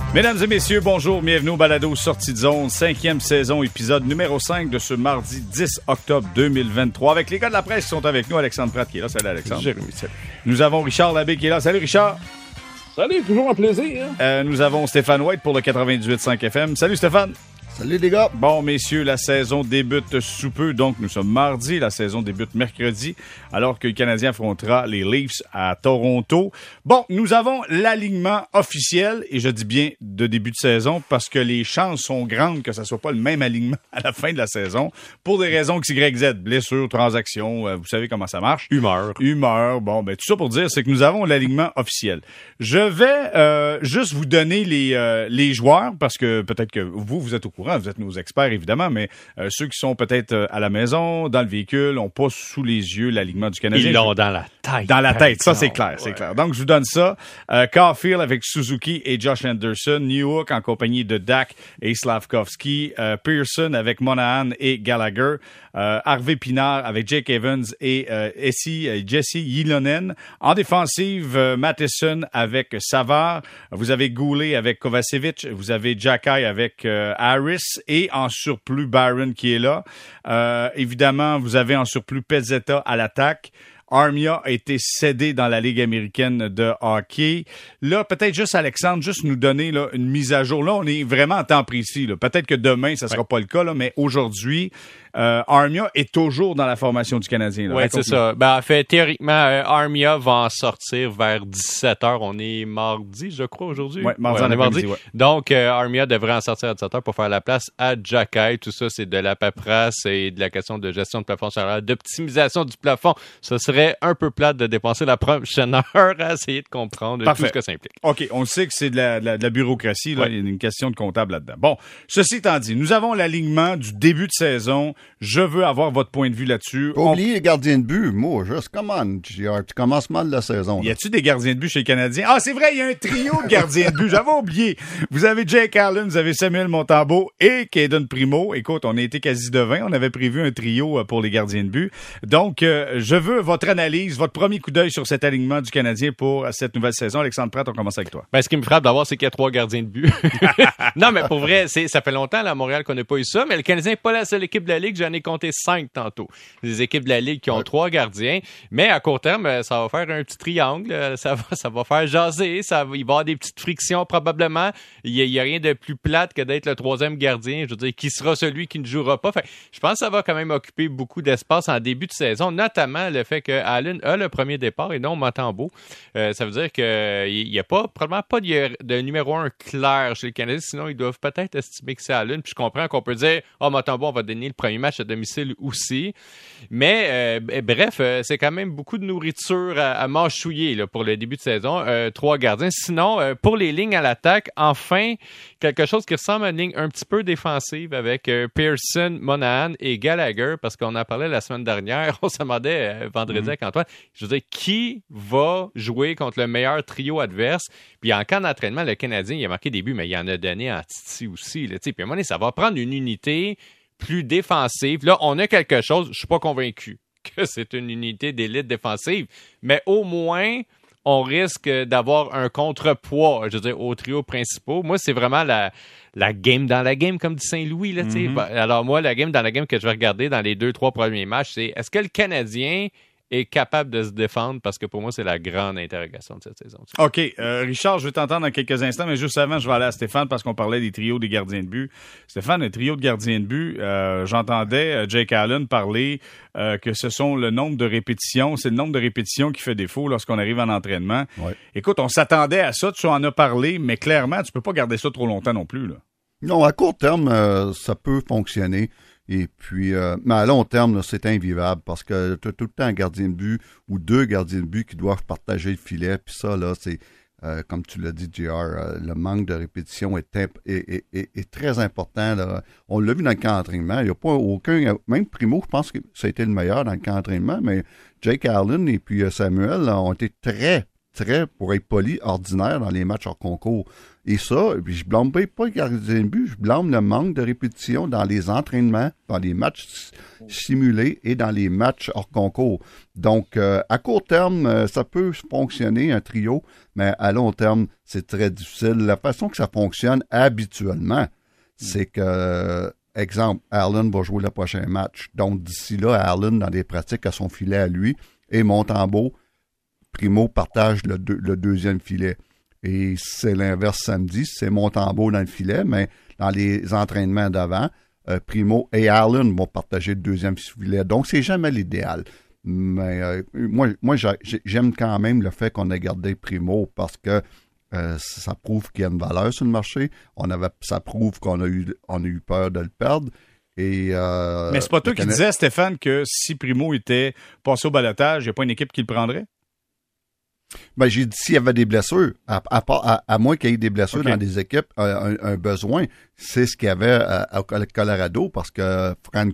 Mesdames et messieurs, bonjour, bienvenue au Balado Sortie de zone, 5e saison, épisode numéro 5 de ce mardi 10 octobre 2023. Avec les gars de la presse qui sont avec nous, Alexandre Pratt qui est là. Salut Alexandre. Jérémy, salut. Nous avons Richard Labbé qui est là. Salut Richard. Salut, toujours un plaisir. Nous avons Stéphane White pour le 98.5 FM. Salut Stéphane. Salut les gars. Bon, messieurs, la saison débute sous peu, donc nous sommes mardi. La saison débute mercredi, alors que le Canadien affrontera les Leafs à Toronto. Bon, nous avons l'alignement officiel, et je dis bien de début de saison, parce que les chances sont grandes que ça soit pas le même alignement à la fin de la saison, pour des raisons XYZ, blessures, transactions, vous savez comment ça marche. Humeur, bon, ben tout ça pour dire, c'est que nous avons l'alignement officiel. Je vais juste vous donner les joueurs, parce que peut-être que vous êtes au courant, vous êtes nos experts évidemment, mais ceux qui sont peut-être à la maison, dans le véhicule, n'ont pas sous les yeux l'alignement du Canadien. Ils l'ont dans la tête. Dans la tête, ça c'est clair, c'est clair. Donc je vous donne ça. Caulfield avec Suzuki et Josh Anderson, Newhook en compagnie de Dak et Slavkovski, Pearson avec Monahan et Gallagher, Harvey Pinard avec Jake Evans et Jesse Ylonen. En défensive, Matheson avec Savard. Vous avez Goulet avec Kovacevic. Vous avez Jacky avec Harris. Et en surplus, Byron qui est là. Évidemment, vous avez en surplus Pezzetta à l'attaque. Armia a été cédé dans la Ligue américaine de hockey. Là, peut-être juste, Alexandre, juste nous donner là, une mise à jour. Là, on est vraiment en temps précis. Là. Peut-être que demain, ça sera pas le cas, là, mais aujourd'hui, Armia est toujours dans la formation du Canadien. Oui, c'est ça. Ben, en fait, théoriquement, Armia va en sortir vers 17h. On est mardi, je crois, aujourd'hui. Oui, mardi. Ouais. Donc, Armia devrait en sortir à 17h pour faire la place à Jacky. Tout ça, c'est de la paperasse et de la question de gestion de plafond salarial, d'optimisation du plafond. Ce serait un peu plate de dépenser la prochaine heure à essayer de comprendre tout ce que ça implique. OK, on sait que c'est de la bureaucratie. Là. Ouais. Il y a une question de comptable là-dedans. Bon, ceci étant dit, nous avons l'alignement du début de saison. Je veux avoir votre point de vue là-dessus. Pas oublier les gardiens de but. Moi, juste, come on, JR, tu commences mal la saison. Là. Y a-tu des gardiens de but chez les Canadiens? Ah, c'est vrai, il y a un trio de gardiens de but. J'avais oublié. Vous avez Jake Allen, vous avez Samuel Montembeault et Caden Primo. Écoute, on a été quasi devin. On avait prévu un trio pour les gardiens de but. Donc, je veux votre analyse, votre premier coup d'œil sur cet alignement du Canadien pour cette nouvelle saison. Alexandre Pratt, on commence avec toi. Ben, ce qui me frappe d'abord, c'est qu'il y a 3 gardiens de but. Non, mais pour vrai, ça fait longtemps là, à Montréal qu'on n'a pas eu ça, mais le Canadien n'est pas la seule équipe de la Ligue. J'en ai compté 5 tantôt. Des équipes de la Ligue qui ont 3 gardiens, mais à court terme, ça va faire un petit triangle. Ça va faire jaser. Il va y avoir des petites frictions probablement. Il y a rien de plus plate que d'être le 3e gardien. Je veux dire, qui sera celui qui ne jouera pas. Fait, je pense que ça va quand même occuper beaucoup d'espace en début de saison, notamment le fait que Allen a le premier départ et non Montembeault. Ça veut dire qu'il n'y a probablement pas de numéro 1 clair chez les Canadiens, sinon ils doivent peut-être estimer que c'est Allen. Puis je comprends qu'on peut dire « Montembeault, on va donner le premier match à domicile aussi. » Mais bref, c'est quand même beaucoup de nourriture à mâchouiller là, pour le début de saison. 3 gardiens. Sinon, pour les lignes à l'attaque, enfin, quelque chose qui ressemble à une ligne un petit peu défensive avec Pearson, Monahan et Gallagher, parce qu'on en parlait la semaine dernière. On se demandait vendredi avec Antoine. Je veux dire, qui va jouer contre le meilleur trio adverse? Puis en camp d'entraînement, le Canadien, il a marqué des buts, mais il en a donné en Titi aussi. Là, puis à un moment donné, ça va prendre une unité plus défensive. Là, on a quelque chose, je suis pas convaincu que c'est une unité d'élite défensive, mais au moins, on risque d'avoir un contrepoids, je veux dire, aux trios principaux. Moi, c'est vraiment la game dans la game, comme dit Saint-Louis. Là, Alors moi, la game dans la game que je vais regarder dans les 2-3 premiers matchs, c'est est-ce que le Canadien est capable de se défendre, parce que pour moi, c'est la grande interrogation de cette saison. OK. Richard, je vais t'entendre dans quelques instants, mais juste avant, je vais aller à Stéphane parce qu'on parlait des trios des gardiens de but. Stéphane, un trio de gardiens de but, j'entendais Jake Allen parler que ce sont le nombre de répétitions, c'est le nombre de répétitions qui fait défaut lorsqu'on arrive en entraînement. Ouais. Écoute, on s'attendait à ça, tu en as parlé, mais clairement, tu peux pas garder ça trop longtemps non plus, là. Non, à court terme, ça peut fonctionner. Et puis, mais à long terme, là, c'est invivable parce que tu as tout le temps un gardien de but ou 2 gardiens de but qui doivent partager le filet. Puis ça, là, c'est, comme tu l'as dit, JR, le manque de répétition est très important. Là. On l'a vu dans le camp d'entraînement. Il n'y a pas aucun... Même Primo, je pense que ça a été le meilleur dans le camp d'entraînement, mais Jake Allen et puis Samuel là, ont été très, très, pour être poli, ordinaire dans les matchs hors concours. Et ça, puis je blâme pas le gardien de but, je blâme le manque de répétition dans les entraînements, dans les matchs simulés et dans les matchs hors concours. Donc, à court terme, ça peut fonctionner, un trio, mais à long terme, c'est très difficile. La façon que ça fonctionne habituellement, c'est que, exemple, Allen va jouer le prochain match. Donc, d'ici là, Allen, dans des pratiques à son filet à lui, et Montembeault, Primo partage le deuxième filet. Et c'est l'inverse samedi, c'est Montembeault dans le filet, mais dans les entraînements d'avant, Primo et Allen vont partager le deuxième filet. Donc, c'est jamais l'idéal. Mais moi, j'aime quand même le fait qu'on ait gardé Primo parce que ça prouve qu'il y a une valeur sur le marché. Ça prouve qu'on a eu peur de le perdre. Mais c'est pas toi qui disais, Stéphane, que si Primo était passé au balotage, il n'y a pas une équipe qui le prendrait? Ben, j'ai dit s'il y avait des blessures, à moins qu'il y ait des blessures dans des équipes, un besoin, c'est ce qu'il y avait à Colorado, parce que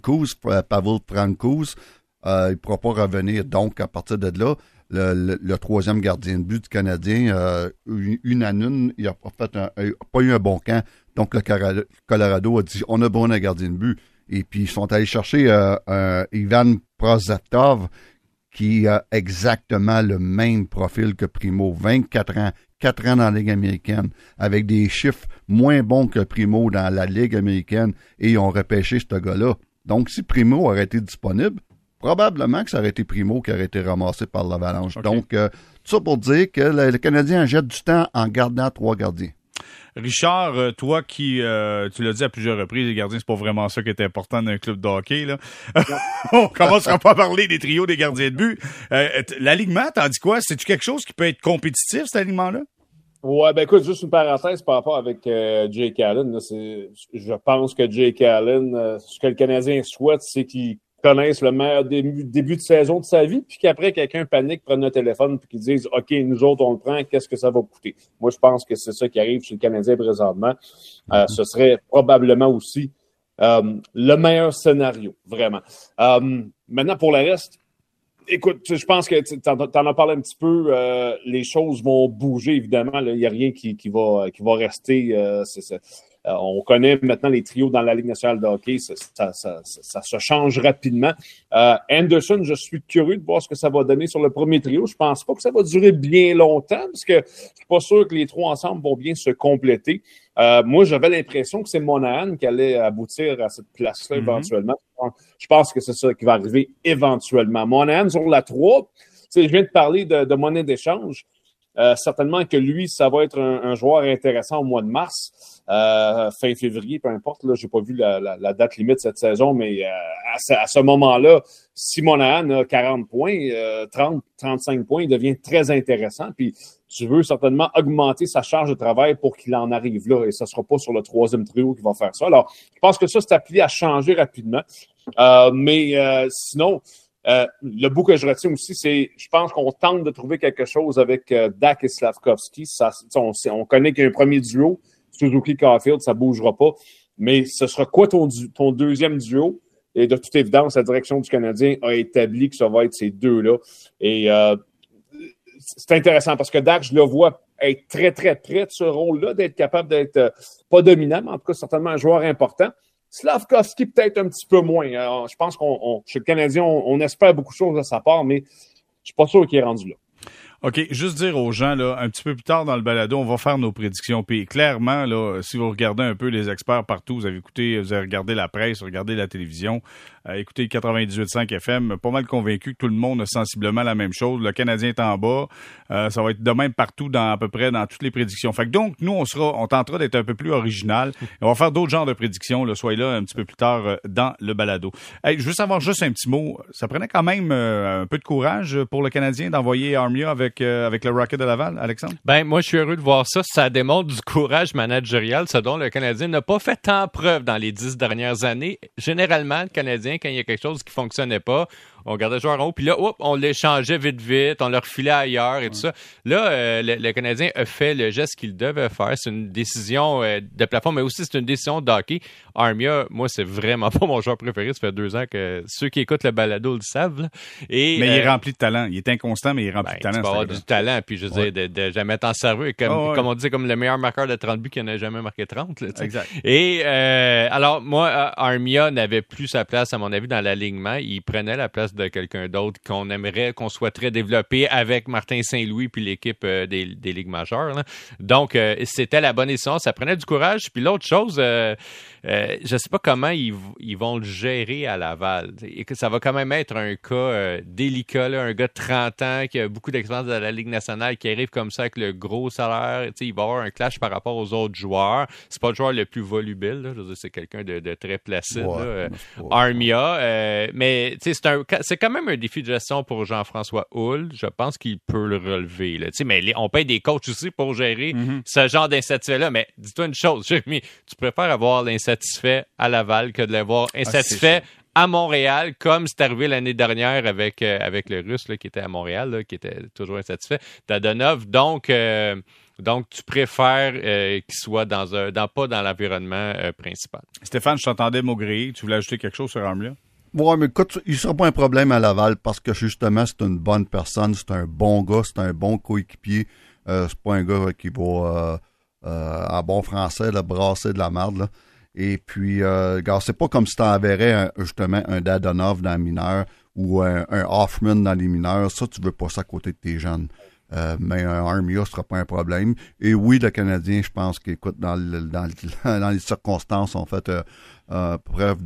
Pavel Francouz, il ne pourra pas revenir. Donc, à partir de là, le troisième gardien de but du Canadien, une à une, il n'a pas eu un bon camp. Donc, le Colorado a dit, on a besoin d'un gardien de but. Et puis, ils sont allés chercher Ivan Prosvetov, qui a exactement le même profil que Primo, 24 ans, 4 ans dans la Ligue américaine, avec des chiffres moins bons que Primo dans la Ligue américaine, et ils ont repêché ce gars-là. Donc, si Primo aurait été disponible, probablement que ça aurait été Primo qui aurait été ramassé par l'Avalanche. Okay. Donc, tout ça pour dire que le Canadien jette du temps en gardant 3 gardiens. Richard, toi qui, tu l'as dit à plusieurs reprises, les gardiens, c'est pas vraiment ça qui est important dans un club de hockey, là. On commencera pas à parler des trios des gardiens de but. L'alignement, t'en dis quoi? C'est-tu quelque chose qui peut être compétitif, cet alignement-là? Ouais, ben écoute, juste une parenthèse par rapport avec Jake Allen. Là, je pense que Jake Allen, ce que le Canadien souhaite, c'est qu'il connaisse le meilleur début de saison de sa vie, puis qu'après, quelqu'un panique, prenne le téléphone, puis qu'il dise « OK, nous autres, on le prend, qu'est-ce que ça va coûter? » Moi, je pense que c'est ça qui arrive chez le Canadien présentement. Ce serait probablement aussi le meilleur scénario, vraiment. Maintenant, pour le reste, écoute, je pense que t'en as parlé un petit peu, les choses vont bouger, évidemment. Il n'y a rien qui va rester. On connaît maintenant les trios dans la Ligue nationale de hockey. Ça se change rapidement. Anderson, je suis curieux de voir ce que ça va donner sur le premier trio. Je pense pas que ça va durer bien longtemps parce que je suis pas sûr que les trois ensemble vont bien se compléter. Moi, j'avais l'impression que c'est Monahan qui allait aboutir à cette place-là éventuellement. Je pense que c'est ça qui va arriver éventuellement. Monahan sur la 3, je viens de parler de monnaie d'échange. Certainement que lui, ça va être un joueur intéressant au mois de mars, fin février, peu importe. Là, j'ai pas vu la date limite cette saison, mais à ce moment-là, si Monahan a 40 points, 30, 35 points, il devient très intéressant. Puis tu veux certainement augmenter sa charge de travail pour qu'il en arrive là, et ce sera pas sur le troisième trio qui va faire ça. Alors, je pense que ça, c'est appelé à changer rapidement. Mais sinon, le bout que je retiens aussi, c'est, je pense qu'on tente de trouver quelque chose avec Dak et Slavkovski. On connaît qu'il y a un premier duo, Suzuki-Caulfield, ça bougera pas. Mais ce sera quoi ton deuxième duo? Et de toute évidence, la direction du Canadien a établi que ça va être ces deux-là. Et c'est intéressant parce que Dak, je le vois être très, très près de ce rôle-là, d'être capable d'être pas dominant, mais en tout cas certainement un joueur important. Slavkovski, peut-être un petit peu moins. Alors, je pense chez le Canadien, on espère beaucoup de choses de sa part, mais je suis pas sûr qu'il est rendu là. OK, juste dire aux gens, là, un petit peu plus tard dans le balado, on va faire nos prédictions. Puis clairement, là, si vous regardez un peu les experts partout, vous avez regardé la presse, regardé la télévision, écoutez 98.5 FM, pas mal convaincu que tout le monde a sensiblement la même chose. Le Canadien est en bas. Ça va être de même partout à peu près dans toutes les prédictions. Fait que donc, nous, on tentera d'être un peu plus original. On va faire d'autres genres de prédictions. Là, soyez là un petit peu plus tard dans le balado. Hey, je veux savoir juste un petit mot. Ça prenait quand même un peu de courage pour le Canadien d'envoyer Armia avec le Rocket de Laval, Alexandre? Ben, moi, je suis heureux de voir ça. Ça démontre du courage managérial, ce dont le Canadien n'a pas fait tant preuve dans les 10 dernières années. Généralement, le Canadien, quand il y a quelque chose qui fonctionnait pas, on gardait le joueur en haut, puis là, on l'échangeait vite, on le refilait ailleurs et tout ça. Là, le Canadien a fait le geste qu'il devait faire. C'est une décision de plafond, mais aussi c'est une décision de hockey. Armia, moi, c'est vraiment pas mon joueur préféré. Ça fait 2 ans que ceux qui écoutent le balado le savent. Là. Mais il est rempli de talent. Il est inconstant, mais il est rempli de talent. Tu peux avoir du talent, puis je veux dire, de jamais t'en servir. Comme on dit, comme le meilleur marqueur de 30 buts qui n'a jamais marqué 30. Là, exact. Et alors, moi, Armia n'avait plus sa place, à mon avis, dans l'alignement. Il prenait la place de quelqu'un d'autre qu'on souhaiterait développer avec Martin Saint-Louis puis l'équipe des ligues majeures. Là. Donc, c'était la bonne décision. Ça prenait du courage. Puis l'autre chose, je sais pas comment ils vont le gérer à Laval. Et que ça va quand même être un cas délicat, là, un gars de 30 ans qui a beaucoup d'expérience dans la Ligue nationale, qui arrive comme ça avec le gros salaire. Il va y avoir un clash par rapport aux autres joueurs. C'est pas le joueur le plus volubile. Là. Je veux dire, c'est quelqu'un de très placide. Armia. Mais c'est quand même un défi de gestion pour Jean-François Houle. Je pense qu'il peut le relever. Là. Mais on paye des coachs aussi pour gérer ce genre d'insatisfait-là. Mais dis-toi une chose, Jérémy, tu préfères avoir l'insatisfait à Laval que de l'avoir insatisfait à Montréal, comme c'est arrivé l'année dernière avec le Russe là, qui était à Montréal, là, qui était toujours insatisfait, Dadonov. Donc tu préfères qu'il soit pas dans l'environnement principal. Stéphane, je t'entendais maugréer. Tu voulais ajouter quelque chose sur Armia? Ouais, mais écoute, il ne sera pas un problème à Laval parce que justement, c'est une bonne personne, c'est un bon gars, c'est un bon coéquipier. C'est pas un gars qui va, en bon français, là, brasser de la merde, là. Et puis, regarde, c'est pas comme si t'enverrais justement un Dadonov dans les mineurs ou un Hoffman dans les mineurs. Ça, tu veux pas ça à côté de tes jeunes. Mais un Armia, ce sera pas un problème. Et oui, le Canadien, je pense qu'écoute, dans les circonstances, ont fait preuve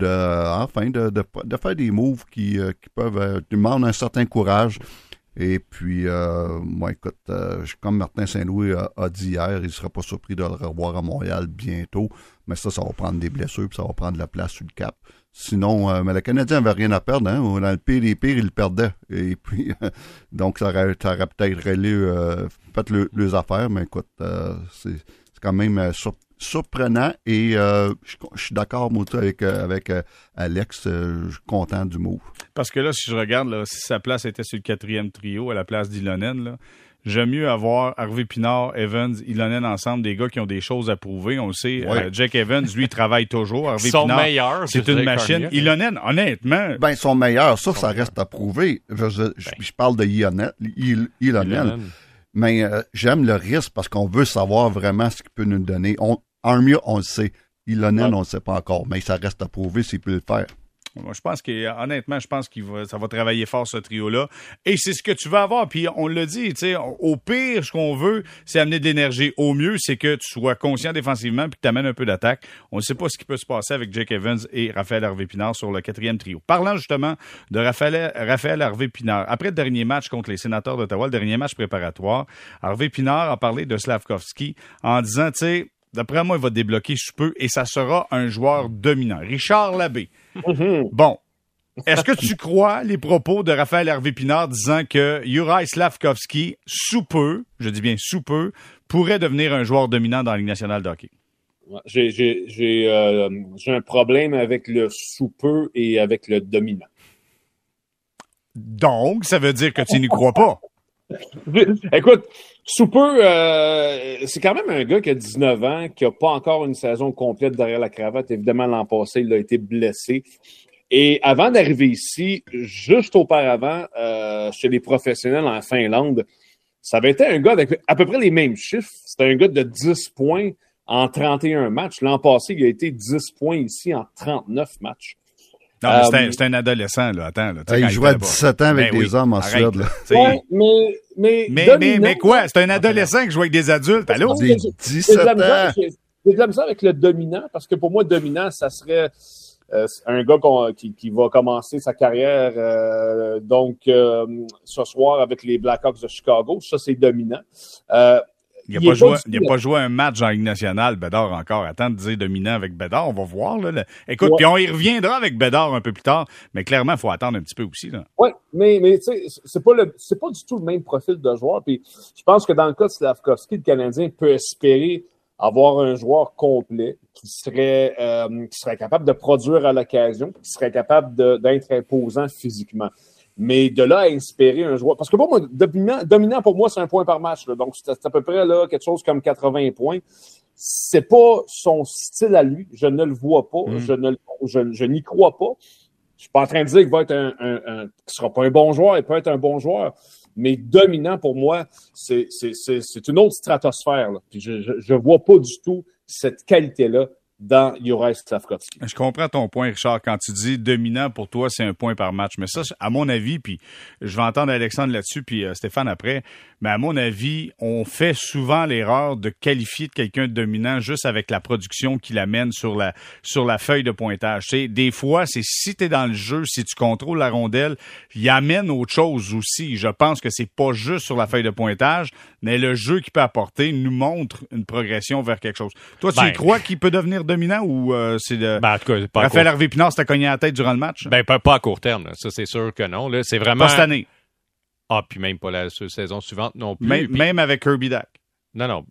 de faire des moves qui peuvent demander un certain courage. Et puis, moi, écoute, comme Martin Saint-Louis a dit hier, il ne sera pas surpris de le revoir à Montréal bientôt. Mais ça va prendre des blessures, puis ça va prendre de la place sur le cap. Sinon, mais le Canadien n'avait rien à perdre. Hein? Dans le pire des pires, il le perdait. Et puis, donc, ça aurait peut-être fait les affaires. Mais écoute, c'est quand même surprenant. Et je suis d'accord, moi, avec Alex. Je suis content du move. Parce que là, si je regarde, là, si sa place était sur le 4e trio à la place d'Ilonen, là, j'aime mieux avoir Harvey Pinard, Evans, Ilonen ensemble, des gars qui ont des choses à prouver. On le sait, Jack Evans, lui, travaille toujours. Harvey Pinard, meilleur, c'est une machine. Ilonen, honnêtement... Ben, son meilleur, ça reste à prouver. Je parle de Ilonen. Mais j'aime le risque parce qu'on veut savoir vraiment ce qu'il peut nous donner. Armia, on le sait. Ilonen, on ne le sait pas encore. Mais ça reste à prouver s'il peut le faire. Moi, je pense honnêtement, ça va travailler fort, ce trio-là. Et c'est ce que tu vas avoir. Puis on l'a dit, tu sais, au pire, ce qu'on veut, c'est amener de l'énergie. Au mieux, c'est que tu sois conscient défensivement puis que tu amènes un peu d'attaque. On ne sait pas ce qui peut se passer avec Jake Evans et Raphaël Harvey-Pinard sur le 4e trio. Parlant justement de Raphaël Harvey-Pinard, après le dernier match contre les Sénateurs d'Ottawa, le dernier match préparatoire, Harvey-Pinard a parlé de Slavkovski en disant, tu sais, d'après moi, il va débloquer sous peu et ça sera un joueur dominant. Richard Labbé. Bon. Est-ce que tu crois les propos de Raphaël Harvey-Pinard disant que Juraj Slavkovski, sous peu, je dis bien sous peu, pourrait devenir un joueur dominant dans la Ligue nationale de hockey? J'ai un problème avec le sous peu et avec le dominant. Donc, ça veut dire que tu n'y crois pas. Écoute, sous peu, c'est quand même un gars qui a 19 ans, qui n'a pas encore une saison complète derrière la cravate. Évidemment, l'an passé, il a été blessé. Et avant d'arriver ici, juste auparavant, chez les professionnels en Finlande, ça avait été un gars avec à peu près les mêmes chiffres. C'était un gars de 10 points en 31 matchs. L'an passé, il a été 10 points ici en 39 matchs. Non, mais c'était un adolescent, là. Attends, là. Il jouait à 17 ans avec des hommes en Suède, là. Ouais, mais quoi? C'est un adolescent qui joue avec des adultes, allô? 17 ans. J'ai de la misère avec le dominant, parce que pour moi, dominant, ça serait un gars qui va commencer sa carrière ce soir avec les Blackhawks de Chicago. Ça, c'est dominant. Il n'a pas joué un match en Ligue nationale, Bédard, encore. Attends de dire dominant avec Bédard, on va voir. Là. Écoute, puis on y reviendra avec Bédard un peu plus tard, mais clairement, il faut attendre un petit peu aussi. Oui, mais tu sais, c'est pas du tout le même profil de joueur. Puis je pense que dans le cas de Slavkovski, le Canadien peut espérer avoir un joueur complet qui serait capable de produire à l'occasion, qui serait capable d'être imposant physiquement. Mais de là à espérer un joueur... Parce que pour moi, dominant pour moi, c'est un point par match. Là. Donc, c'est à peu près là quelque chose comme 80 points. C'est pas son style à lui. Je ne le vois pas. Je n'y crois pas. Je suis pas en train de dire qu'il va être qu'il sera pas un bon joueur. Il peut être un bon joueur. Mais dominant, pour moi, c'est une autre stratosphère. Là. Puis je vois pas du tout cette qualité-là dans Juraj Slafkovský. Je comprends ton point, Richard, quand tu dis dominant pour toi, c'est un point par match. Mais ça, à mon avis, puis je vais entendre Alexandre là-dessus, puis Stéphane après, mais à mon avis, on fait souvent l'erreur de qualifier de quelqu'un de dominant juste avec la production qu'il amène sur la feuille de pointage. Tu sais, des fois, c'est si tu es dans le jeu, si tu contrôles la rondelle, il amène autre chose aussi. Je pense que c'est pas juste sur la feuille de pointage, mais le jeu qu'il peut apporter nous montre une progression vers quelque chose. Toi, tu y crois qu'il peut devenir dominant ou c'est de... en tout cas, pas Raphaël Harvey-Pinard s'était cogné à la tête durant le match? Pas à court terme. Là. Ça, c'est sûr que non. Là, c'est vraiment... Pas cette année. Ah, puis même pas la saison suivante non plus. Même avec Kirby Dach. Non.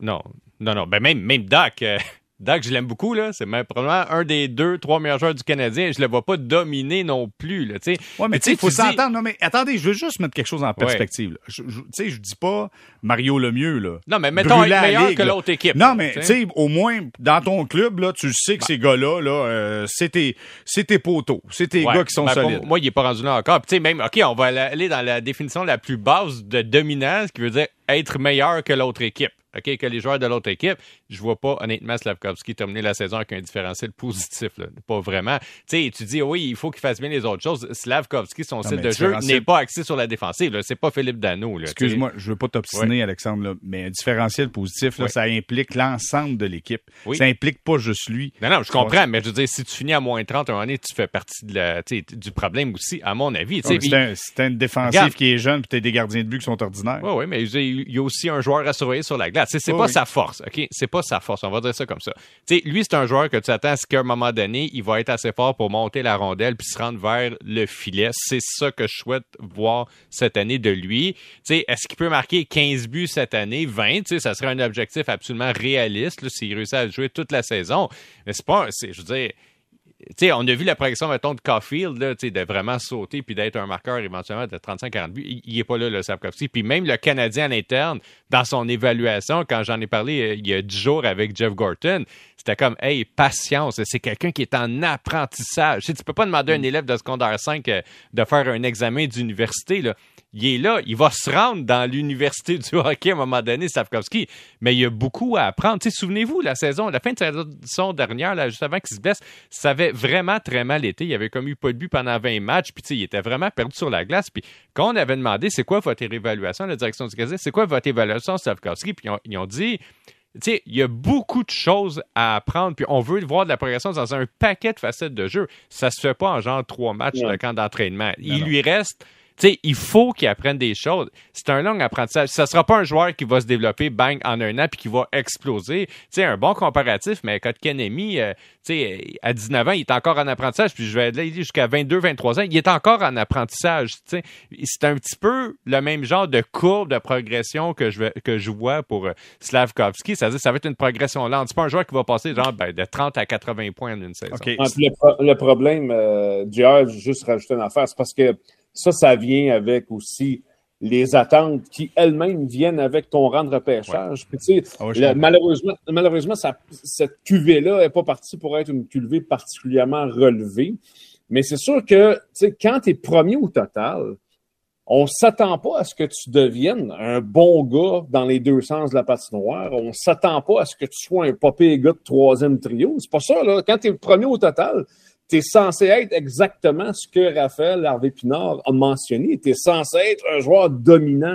Ben même Dach. Dach, je l'aime beaucoup, là. C'est probablement un des 2-3 meilleurs joueurs du Canadien. Je le vois pas dominer non plus, là, tu sais. Ouais, mais tu sais, il faut s'entendre. Non, mais attendez, je veux juste mettre quelque chose en perspective. Tu sais, je dis pas Mario Lemieux, là. Non, mais mettons être meilleur que l'autre équipe. Non, mais tu sais, au moins, dans ton club, là, tu sais que ces gars-là, là, c'est tes poteaux. C'est tes gars qui sont solides. Moi, il est pas rendu là encore. Puis tu sais, même, OK, on va aller dans la définition la plus basse de dominance, qui veut dire être meilleur que l'autre équipe. OK, que les joueurs de l'autre équipe, je vois pas honnêtement Slafkovský terminer la saison avec un différentiel positif. Là. Pas vraiment. Tu sais, tu dis, oui, il faut qu'il fasse bien les autres choses. Slafkovský, son style de jeu n'est pas axé sur la défensive. Là. C'est pas Philippe Danault. Là, excuse-moi, je veux pas t'obstiner, Alexandre, là, mais un différentiel positif, là, ça implique l'ensemble de l'équipe. Oui. Ça implique pas juste lui. Non, je comprends, mais je veux dire, si tu finis à moins 30 à un moment donné, tu fais partie du problème aussi, à mon avis. C'est une défensive qui est jeune, puis t'as des gardiens de but qui sont ordinaires. Oui, mais il y a aussi un joueur à surveiller sur la glace. C'est pas sa force, OK? C'est pas sa force, on va dire ça comme ça. Tu sais, lui, c'est un joueur que tu attends à ce qu'à un moment donné, il va être assez fort pour monter la rondelle puis se rendre vers le filet. C'est ça que je souhaite voir cette année de lui. Tu sais, est-ce qu'il peut marquer 15 buts cette année, 20? Tu sais, ça serait un objectif absolument réaliste là, s'il réussit à jouer toute la saison. Mais je veux dire... Tu sais, on a vu la progression, mettons, de Caulfield, là, de vraiment sauter puis d'être un marqueur éventuellement de 35-40 buts. Il n'est pas là, le Slafkovský. Puis même le Canadien à l'interne, dans son évaluation, quand j'en ai parlé il y a 10 jours avec Jeff Gorton, c'était comme, hey, patience, c'est quelqu'un qui est en apprentissage. Tu sais, tu peux pas demander à un élève de secondaire 5 de faire un examen d'université, là. Il est là, il va se rendre dans l'université du hockey à un moment donné, Slafkovský, mais il y a beaucoup à apprendre. Tu sais, souvenez-vous, la fin de saison dernière, là, juste avant qu'il se blesse, ça avait vraiment très mal été. Il avait comme eu pas de but pendant 20 matchs, puis tu sais, il était vraiment perdu sur la glace. Puis quand on avait demandé, c'est quoi votre évaluation, la direction du Canadien, c'est quoi votre évaluation, Slafkovský, puis ils ont dit... Tu sais, il y a beaucoup de choses à apprendre, puis on veut voir de la progression dans un paquet de facettes de jeu. Ça se fait pas en genre 3 matchs de camp d'entraînement. Lui reste... Tu sais, il faut qu'il apprenne des choses. C'est un long apprentissage. Ça sera pas un joueur qui va se développer, bang, en un an, puis qui va exploser. Tu sais, un bon comparatif, mais Kotkaniemi, tu sais, à 19 ans, il est encore en apprentissage, puis je vais aller jusqu'à 22, 23 ans, il est encore en apprentissage. Tu sais, c'est un petit peu le même genre de courbe de progression que je vois pour Slafkovský. C'est-à-dire, ça va être une progression lente. C'est pas un joueur qui va passer genre de 30 à 80 points en une saison. Okay. Le problème, JR, juste rajouter une affaire, c'est parce que ça vient avec aussi les attentes qui elles-mêmes viennent avec ton rang de repêchage. Ouais. Puis, malheureusement, cette cuvée-là n'est pas partie pour être une cuvée particulièrement relevée. Mais c'est sûr que quand tu es premier au total, on ne s'attend pas à ce que tu deviennes un bon gars dans les deux sens de la patinoire. On ne s'attend pas à ce que tu sois un pas pire gars de troisième trio. C'est pas ça, là. Quand tu es le premier au total, tu es censé être exactement ce que Raphaël Harvey-Pinard a mentionné. Tu es censé être un joueur dominant.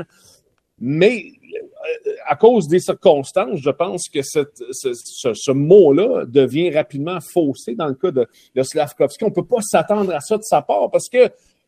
Mais à cause des circonstances, je pense que ce mot-là devient rapidement faussé dans le cas de Slafkovský. On ne peut pas s'attendre à ça de sa part parce que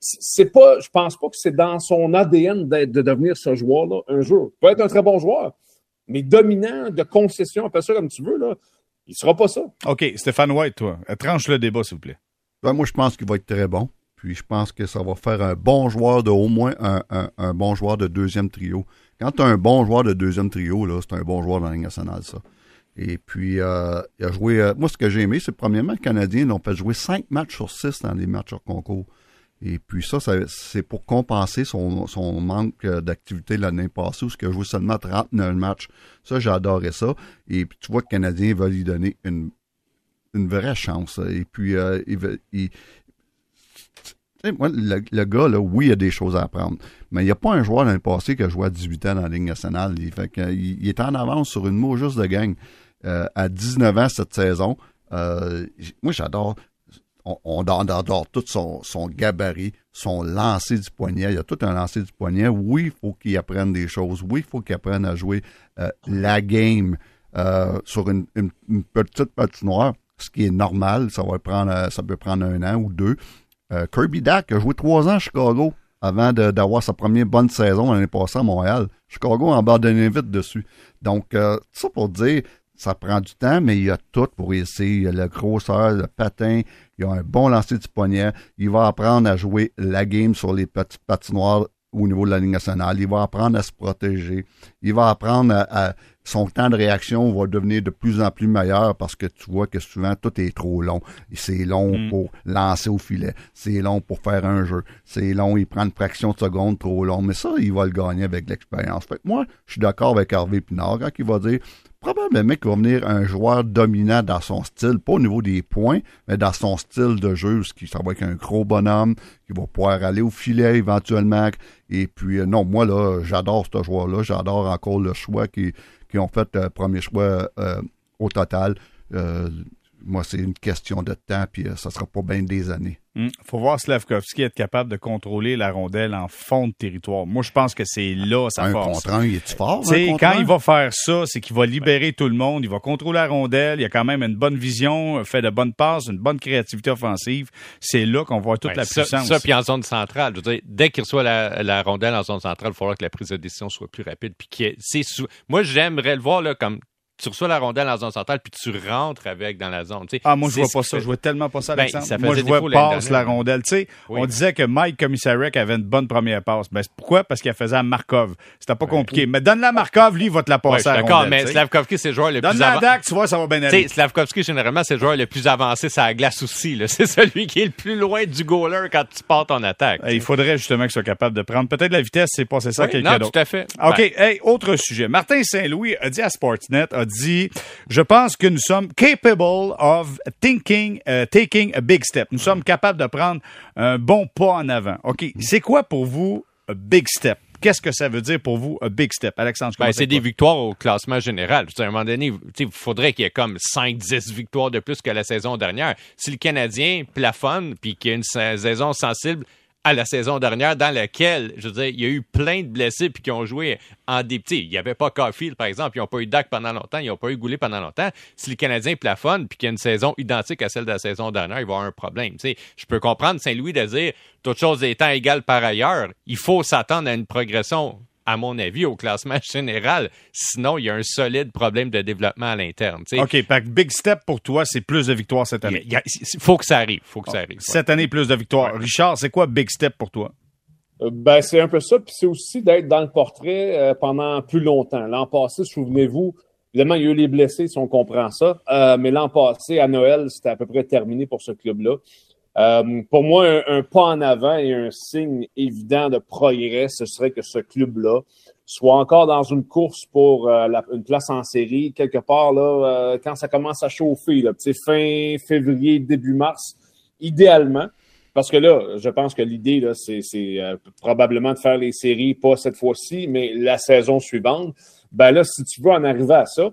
je pense pas que c'est dans son ADN de devenir ce joueur-là un jour. Il peut être un très bon joueur, mais dominant, de concession, appelle ça comme tu veux, là. Il ne sera pas ça. OK. Stéphane White, toi, tranche le débat, s'il vous plaît. Ben, moi, je pense qu'il va être très bon. Puis, je pense que ça va faire un bon joueur de au moins un bon joueur de deuxième trio. Quand tu as un bon joueur de deuxième trio, là, c'est un bon joueur dans la Ligue nationale, ça. Et puis, il a joué... moi, ce que j'ai aimé, c'est premièrement, les Canadiens n'ont pas joué 5 matchs sur 6 dans les matchs hors concours. Et puis ça, c'est pour compenser son manque d'activité l'année passée, où il a joué seulement 39 matchs. Ça, j'adorais ça. Et puis tu vois que le Canadien va lui donner une vraie chance. Et puis, moi, le gars, là, oui, il a des choses à apprendre. Mais il n'y a pas un joueur l'année passée qui a joué à 18 ans dans la Ligue nationale. Il est en avance sur une mot juste de gang. À 19 ans cette saison, moi, j'adore... On adore tout son gabarit, son lancer du poignet. Il y a tout un lancer du poignet. Oui, il faut qu'il apprenne des choses. Oui, il faut qu'il apprenne à jouer la game sur une petite patinoire, ce qui est normal. Ça peut prendre 1 an ou 2. Kirby Dach a joué 3 ans à Chicago avant d'avoir sa première bonne saison l'année passée à Montréal. Chicago a abandonné vite dessus. Donc, ça pour dire... Ça prend du temps, mais il y a tout pour essayer. Il y a la grosseur, le patin, il y a un bon lancer du poignet. Il va apprendre à jouer la game sur les petites patinoires au niveau de la Ligue nationale. Il va apprendre à se protéger. Il va apprendre à son temps de réaction va devenir de plus en plus meilleur parce que tu vois que souvent tout est trop long. C'est long pour lancer au filet. C'est long pour faire un jeu. C'est long, il prend une fraction de seconde trop long. Mais ça, il va le gagner avec l'expérience. Fait que moi, je suis d'accord avec Harvey Pinard quand il va dire probablement qu'il va venir un joueur dominant dans son style, pas au niveau des points, mais dans son style de jeu, ça va être un gros bonhomme, qui va pouvoir aller au filet éventuellement. Et puis, non, moi, là, j'adore ce joueur-là. J'adore encore le choix qui ont fait le premier choix au total. Moi, c'est une question de temps, puis ça sera pas bien des années. Faut voir Slavkovski être capable de contrôler la rondelle en fond de territoire. Moi, je pense que c'est là sa force. Un contre un, il est-tu fort? Quand il va faire ça, c'est qu'il va libérer tout le monde, il va contrôler la rondelle, il a quand même une bonne vision, fait de bonnes passes, une bonne créativité offensive. C'est là qu'on voit toute la puissance. Ça, puis en zone centrale, je veux dire, dès qu'il reçoit la rondelle en zone centrale, il va falloir que la prise de décision soit plus rapide. Puis moi, j'aimerais le voir là comme tu reçois la rondelle en zone centrale puis tu rentres avec dans la zone. T'sais. Moi, je vois pas ça. Je vois tellement pas ça, Alexandre. Moi, je vois passe la rondelle. Tu sais, on disait que Mike Komisarek avait une bonne première passe. Ben, pourquoi? Parce qu'il faisait à Markov. C'était pas compliqué. Mais donne-la à Markov, lui, il va te la passer à la rondelle. D'accord, mais Slavkovski, c'est le joueur le plus avancé. Donne-la à Dak, tu vois, ça va bien aller. Slavkovski, généralement, c'est le joueur le plus avancé sur la glace aussi. Là. C'est celui qui est le plus loin du goaler quand tu pars ton attaque. Il faudrait justement qu'il soit capable de prendre peut-être la vitesse, c'est passé ça quelqu'un d'autre. Tout à fait. OK, hey, autre sujet. Martin Saint-Louis a dit à Sportsnet, je pense que nous sommes capable of taking a big step. Nous sommes capables de prendre un bon pas en avant. OK. C'est quoi pour vous a big step? Qu'est-ce que ça veut dire pour vous, a big step? Alexandre, c'est des victoires au classement général. À un moment donné, il faudrait qu'il y ait comme 5-10 victoires de plus que la saison dernière. Si le Canadien plafonne puis qu'il y a une saison sensible à la saison dernière dans laquelle, je veux dire, il y a eu plein de blessés puis qui ont joué en dépit. Il n'y avait pas Caulfield, par exemple. Ils n'ont pas eu Dak pendant longtemps. Ils n'ont pas eu Goulet pendant longtemps. Si le Canadien plafonne puis qu'il y a une saison identique à celle de la saison dernière, il va y avoir un problème. T'sais, je peux comprendre Saint-Louis de dire, toutes choses étant égales par ailleurs, il faut s'attendre à une progression, à mon avis, au classement général. Sinon, il y a un solide problème de développement à l'interne. T'sais. OK, big step pour toi, c'est plus de victoires cette année. Il faut que ça arrive. Cette année, plus de victoires. Ouais. Richard, c'est quoi big step pour toi? C'est un peu ça, puis c'est aussi d'être dans le portrait pendant plus longtemps. L'an passé, souvenez-vous, évidemment, il y a eu les blessés, si on comprend ça, mais l'an passé, à Noël, c'était à peu près terminé pour ce club-là. Pour moi, un pas en avant et un signe évident de progrès, ce serait que ce club-là soit encore dans une course pour une place en série, quelque part là, quand ça commence à chauffer, là, fin février, début mars, idéalement. Parce que là, je pense que l'idée, là, c'est probablement de faire les séries, pas cette fois-ci, mais la saison suivante. Ben là, si tu veux en arriver à ça,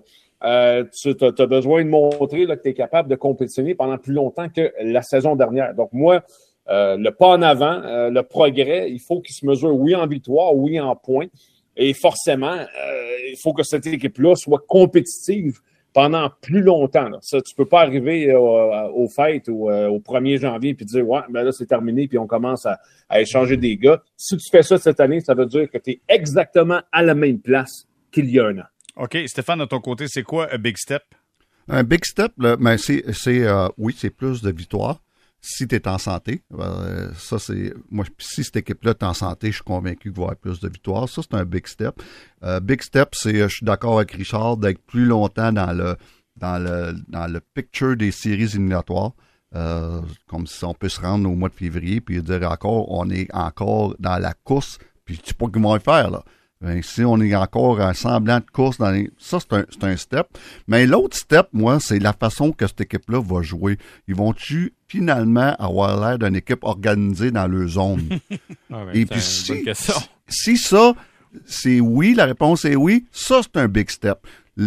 tu as besoin de montrer là, que tu es capable de compétitionner pendant plus longtemps que la saison dernière. Donc moi, le pas en avant, le progrès, il faut qu'il se mesure, oui, en victoire, oui, en points. Et forcément, il faut que cette équipe-là soit compétitive pendant plus longtemps. Là. Ça, tu peux pas arriver aux fêtes ou au 1er janvier puis dire « Ouais, ben là, c'est terminé » puis on commence à échanger des gars. Si tu fais ça cette année, ça veut dire que tu es exactement à la même place qu'il y a un an. OK. Stéphane, de ton côté, c'est quoi un big step? Un big step, là, ben oui, c'est plus de victoires. Si tu es en santé, ça c'est. Moi, si cette équipe-là est en santé, je suis convaincu qu'il va y avoir plus de victoires. Ça, c'est un big step. Big step, c'est, je suis d'accord avec Richard, d'être plus longtemps dans le picture des séries éliminatoires. comme si on peut se rendre au mois de février puis dire encore, on est encore dans la course, puis je sais pas qu'ils vont le faire, là. Ben, si on est encore un semblant de course ça, c'est un step. Mais l'autre step, moi, c'est la façon que cette équipe-là va jouer. Ils vont-tu finalement avoir l'air d'une équipe organisée dans leur zone? Et puis si ça, c'est oui, la réponse est oui, ça, c'est un big step.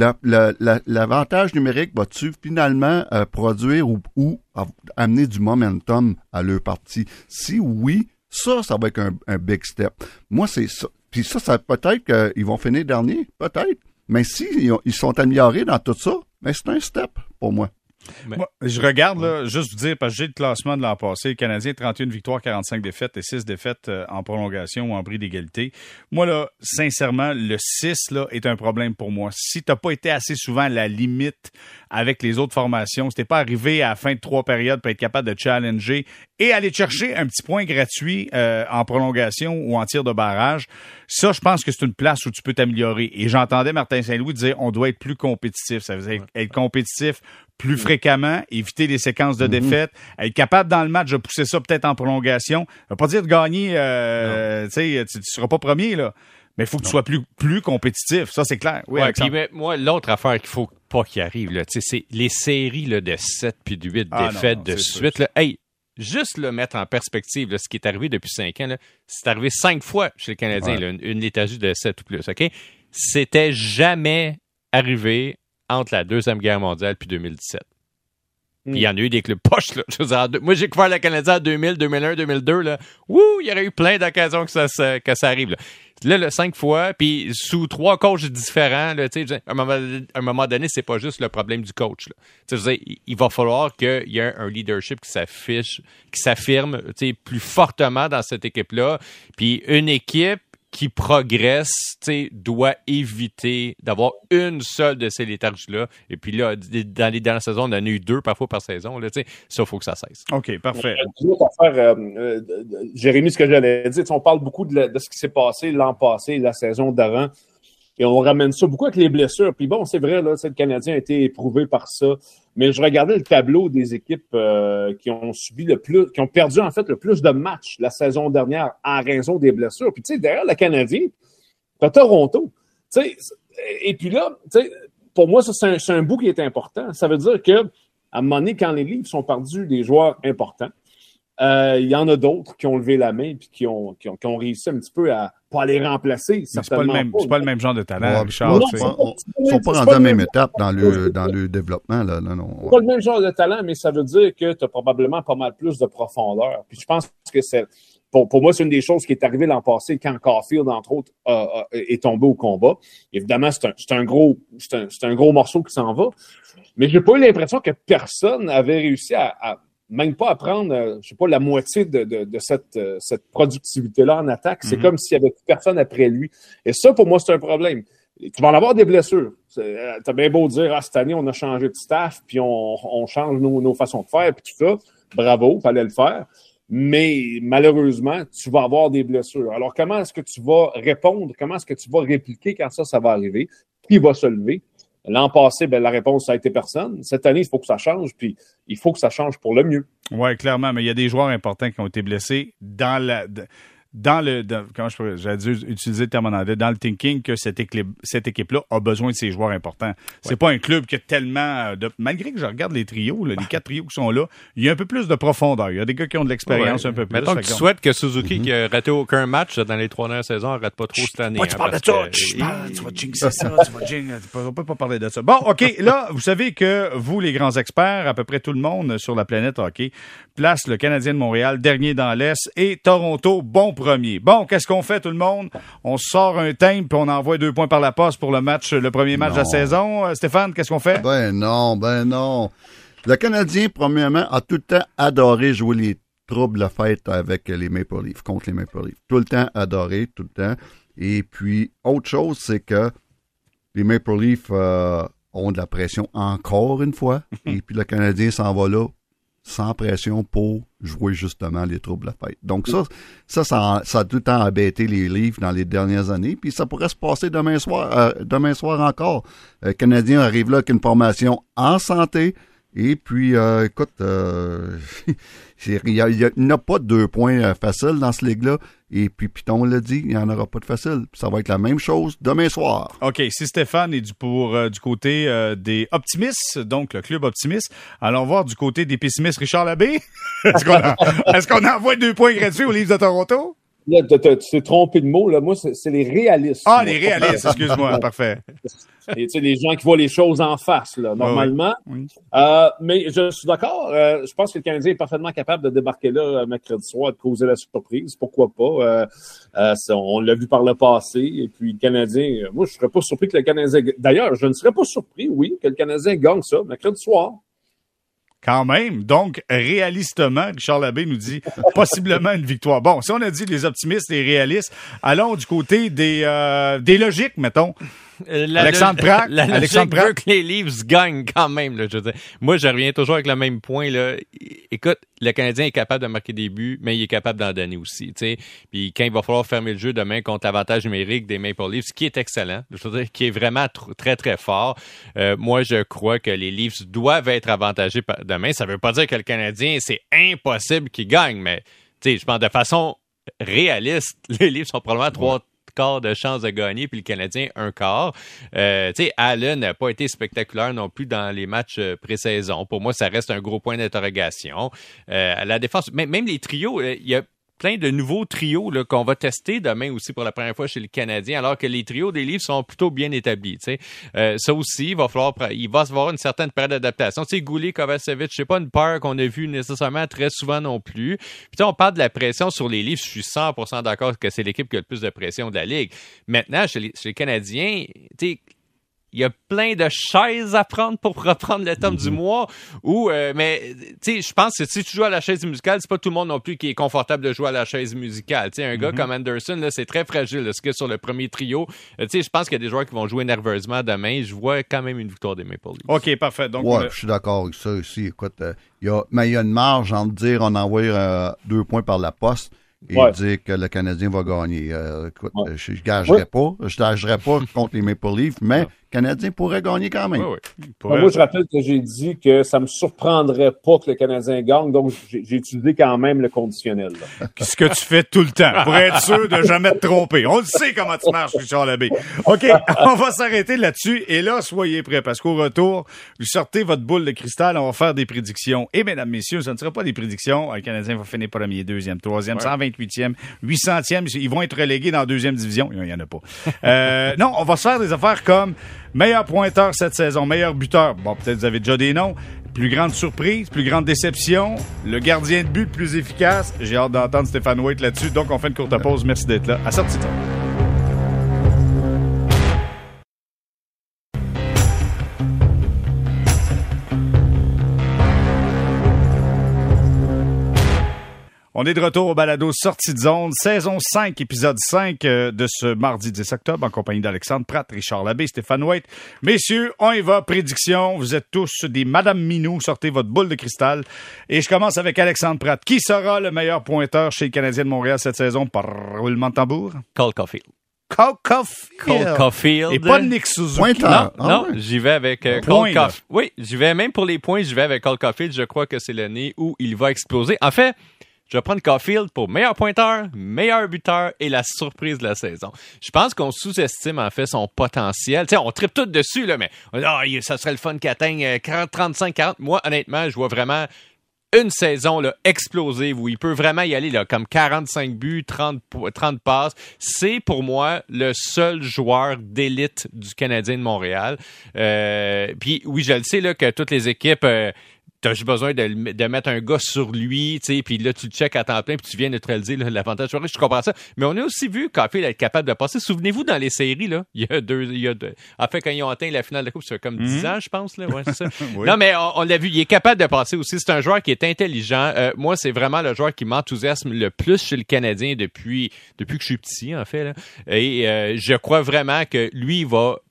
L'avantage numérique va-tu finalement produire ou amener du momentum à leur partie? Si oui, ça va être un big step. Moi, c'est ça. Puis ça peut-être qu'ils vont finir dernier, peut-être. Mais si ils sont améliorés dans tout ça, ben c'est un step pour moi. Moi, je regarde, là, juste vous dire, parce que j'ai le classement de l'an passé. Le Canadien, 31 victoires, 45 défaites et 6 défaites en prolongation ou en bris d'égalité. Moi, là, sincèrement, le 6 là, est un problème pour moi. Si tu n'as pas été assez souvent à la limite avec les autres formations, si tu n'es pas arrivé à la fin de 3 périodes pour être capable de challenger et aller chercher un petit point gratuit en prolongation ou en tir de barrage, ça, je pense que c'est une place où tu peux t'améliorer. Et j'entendais Martin Saint-Louis dire on doit être plus compétitif. Ça veut dire être compétitif plus fréquemment, éviter les séquences de défaites, être capable dans le match de pousser ça peut-être en prolongation. Ça veut pas dire de gagner, tu sais, tu seras pas premier, là. Mais il faut que tu sois plus compétitif. Ça, c'est clair. Oui, puis moi, l'autre affaire qu'il faut pas qu'il arrive, là, c'est les séries là, de 7 puis de 8 défaites de suite. Là, hey, juste le mettre en perspective, là, ce qui est arrivé depuis 5 ans, là, c'est arrivé 5 fois chez le Canadien, là, une léthargie de 7 ou plus. OK? C'était jamais arrivé entre la Deuxième Guerre mondiale puis 2017. Puis il y en a eu des clubs poches, là. Je veux dire, moi, j'ai couvert le Canadien en 2000, 2001, 2002, là. Wouh, il y aurait eu plein d'occasions que ça arrive, là. Là, le 5 fois, puis sous 3 coachs différents, là, tu sais, à un moment donné, c'est pas juste le problème du coach, là. Tu sais, il va falloir qu'il y ait un leadership qui s'affirme, tu sais, plus fortement dans cette équipe-là. Puis une équipe qui progresse, doit éviter d'avoir une seule de ces léthargies-là. Et puis là, dans les dernières saisons, on en a eu 2 parfois par saison. Là, ça, il faut que ça cesse. OK, parfait. Jérémy, ce que j'allais dire, on parle beaucoup de ce qui s'est passé l'an passé, la saison d'avant, et on ramène ça beaucoup avec les blessures. Puis bon, c'est vrai, là, le Canadien a été éprouvé par ça. Mais je regardais le tableau des équipes qui ont qui ont perdu en fait le plus de matchs la saison dernière en raison des blessures. Puis tu sais, derrière le Canadien, t'as Toronto. Tu sais, et puis là, tu sais, pour moi, ça c'est un bout qui est important. Ça veut dire que à un moment donné, quand les livres sont perdus des joueurs importants, il y en a d'autres qui ont levé la main et qui ont réussi un petit peu à pas les remplacer. C'est pas le même genre de talent, Richard. Ils sont pas rendus à la même étape dans le développement. Là. Non. C'est pas le même genre de talent, mais ça veut dire que tu as probablement pas mal plus de profondeur. Puis je pense que c'est pour moi, c'est une des choses qui est arrivée l'an passé quand Caulfield, entre autres, est tombé au combat. Évidemment, c'est un gros morceau qui s'en va. Mais j'ai pas eu l'impression que personne avait réussi à même pas à prendre, je sais pas, la moitié de cette productivité-là en attaque. C'est comme s'il y avait personne après lui. Et ça, pour moi, c'est un problème. Tu vas en avoir des blessures. T'as bien beau dire, cette année, on a changé de staff, puis on change nos façons de faire, puis tout ça. Bravo, fallait le faire. Mais malheureusement, tu vas avoir des blessures. Alors, comment est-ce que tu vas répondre? Comment est-ce que tu vas répliquer quand ça va arriver? Qui va se lever? L'an passé, la réponse, ça a été personne. Cette année, il faut que ça change, puis il faut que ça change pour le mieux. Oui, clairement, mais il y a des joueurs importants qui ont été blessés comment j'allais dire, utiliser le terme en anglais, dans le thinking que cette équipe-là a besoin de ces joueurs importants. C'est pas un club qui a tellement malgré que je regarde les trios, là, les 4 trios qui sont là, il y a un peu plus de profondeur. Il y a des gars qui ont de l'expérience un peu plus. Mettons que tu souhaites que Suzuki, qui a raté aucun match dans les 3 dernières saisons, ne rate pas trop cette année. Tu parles de ça. Tu vas jinxer ça. On peut pas parler de ça. Bon, OK, là, vous savez que vous, les grands experts, à peu près tout le monde sur la planète hockey, place le Canadien de Montréal, dernier dans l'Est, et Toronto, bon premier. Bon, qu'est-ce qu'on fait, tout le monde? On sort un timbre puis on envoie 2 points par la poste pour le premier match de la saison. Stéphane, qu'est-ce qu'on fait? Ben non. Le Canadien, premièrement, a tout le temps adoré jouer les troubles de fête avec les Maple Leafs, contre les Maple Leafs. Tout le temps adoré, tout le temps. Et puis, autre chose, c'est que les Maple Leafs ont de la pression encore une fois. Et puis, le Canadien s'en va là sans pression pour jouer justement les troubles de la fête. Donc ça a tout le temps embêté les Leafs dans les dernières années, puis ça pourrait se passer demain soir encore. Le Canadien arrive là avec une formation en santé, Et puis, écoute, il n'y a pas de 2 points faciles dans ce ligue-là. Et puis, Piton l'a dit, il n'y en aura pas de facile. Ça va être la même chose demain soir. OK, si Stéphane est du côté des optimistes, donc le club optimiste, allons voir du côté des pessimistes Richard Labbé. Est-ce qu'on envoie 2 points gratuits aux Leafs de Toronto? Là, tu t'es trompé de mot. Là. Moi, c'est les réalistes. Ah, les réalistes, excuse-moi, parfait. Et, les gens qui voient les choses en face, là, normalement. Oui. Mais je suis d'accord. Je pense que le Canadien est parfaitement capable de débarquer là mercredi soir, de causer la surprise. Pourquoi pas? On l'a vu par le passé. Et puis, le Canadien, moi, je ne serais pas surpris que le Canadien... D'ailleurs, je ne serais pas surpris, oui, que le Canadien gagne ça mercredi soir. Quand même. Donc, réalistement, Richard Labbé nous dit possiblement une victoire. Bon, si on a dit les optimistes, les réalistes, allons du côté des logiques, mettons. Alexandre Pratt. Alexandre Pratt veut que les Leafs gagnent quand même. Là, je veux dire. Moi, je reviens toujours avec le même point. Là. Écoute, le Canadien est capable de marquer des buts, mais il est capable d'en donner aussi. T'sais. Puis quand il va falloir fermer le jeu demain contre l'avantage numérique des Maple Leafs, qui est excellent, je veux dire, qui est vraiment très, très fort, moi, je crois que les Leafs doivent être avantagés demain. Ça ne veut pas dire que le Canadien, c'est impossible qu'il gagne, mais je pense de façon réaliste, les Leafs sont probablement 3 quarts de chance de gagner, puis le Canadien, 1 quart. Allen n'a pas été spectaculaire non plus dans les matchs pré-saison. Pour moi, ça reste un gros point d'interrogation. À la défense, même les trios, il y a plein de nouveaux trios là, qu'on va tester demain aussi pour la première fois chez le Canadien, alors que les trios des Leafs sont plutôt bien établis. Ça aussi, il va se avoir une certaine période d'adaptation. Goulet, Kovacevic, c'est pas une peur qu'on a vue nécessairement très souvent non plus. Puis on parle de la pression sur les Leafs, je suis 100% d'accord que c'est l'équipe qui a le plus de pression de la Ligue. Maintenant, chez les Canadiens, il y a plein de chaises à prendre pour reprendre le terme du mois. Mais je pense que si tu joues à la chaise musicale, c'est pas tout le monde non plus qui est confortable de jouer à la chaise musicale. Un gars comme Anderson, là, c'est très fragile. Là, ce qu'il y a sur le premier trio. Je pense qu'il y a des joueurs qui vont jouer nerveusement demain. Je vois quand même une victoire des Maple Leafs. OK, parfait. Donc, je suis d'accord avec ça aussi. Écoute, il y a une marge entre dire on envoie 2 points par la poste et dire que le Canadien va gagner. Écoute, je ne gagerais pas. Je ne gagerais pas contre les Maple Leafs, mais le Canadien pourrait gagner quand même. Moi, je rappelle que j'ai dit que ça ne me surprendrait pas que le Canadien gagne, donc j'ai utilisé quand même le conditionnel. Ce que tu fais tout le temps, pour être sûr de jamais te tromper. On le sait comment tu marches, Richard Labbé. OK, on va s'arrêter là-dessus. Et là, soyez prêts, parce qu'au retour, vous sortez votre boule de cristal, on va faire des prédictions. Et mesdames, messieurs, ce ne sera pas des prédictions. Le Canadien va finir premier, deuxième, troisième, 128e, 800e. Ils vont être relégués dans la deuxième division. Il n'y en a pas. Non, on va se faire des affaires comme meilleur pointeur cette saison, meilleur buteur. Bon, peut-être vous avez déjà des noms. Plus grande surprise, plus grande déception. Le gardien de but le plus efficace. J'ai hâte d'entendre Stéphane Waite là-dessus. Donc, on fait une courte pause. Merci d'être là. À sortie de temps. On est de retour au balado Sortie de zone, saison 5, épisode 5 de ce mardi 10 octobre, en compagnie d'Alexandre Pratt, Richard Labbé, Stéphane Waite. Messieurs, on y va, prédiction. Vous êtes tous des Madame Minou, sortez votre boule de cristal. Et je commence avec Alexandre Pratt. Qui sera le meilleur pointeur chez le Canadien de Montréal cette saison par roulement de tambour? Cole Caulfield. Cole Caulfield. Et pas Nick Suzuki. Non, j'y vais avec Cole Caulfield. Oui, j'y vais même pour les points, j'y vais avec Cole Caulfield. Je crois que c'est l'année où il va exploser. En fait, je vais prendre Caulfield pour meilleur pointeur, meilleur buteur et la surprise de la saison. Je pense qu'on sous-estime en fait son potentiel. T'sais, on tripe tout dessus, là, mais ça serait le fun qu'il atteigne 35-40. Moi, honnêtement, je vois vraiment une saison là, explosive où il peut vraiment y aller là, comme 45 buts, 30 passes. C'est pour moi le seul joueur d'élite du Canadien de Montréal. Puis oui, je le sais là, que toutes les équipes... t'as juste besoin de mettre un gars sur lui, tu sais, puis là, tu le checkes à temps plein, puis tu viens neutraliser là, l'avantage. Je comprends ça. Mais on a aussi vu Caulfield être capable de passer. Souvenez-vous, dans les séries, là, il y a deux. En fait, quand ils ont atteint la finale de la Coupe, c'est comme 10 ans, je pense. Là. Ouais, c'est ça. Oui. Non, mais on l'a vu, il est capable de passer aussi. C'est un joueur qui est intelligent. Moi, c'est vraiment le joueur qui m'enthousiasme le plus chez le Canadien depuis que je suis petit, en fait. Là. Et je crois vraiment que lui, il va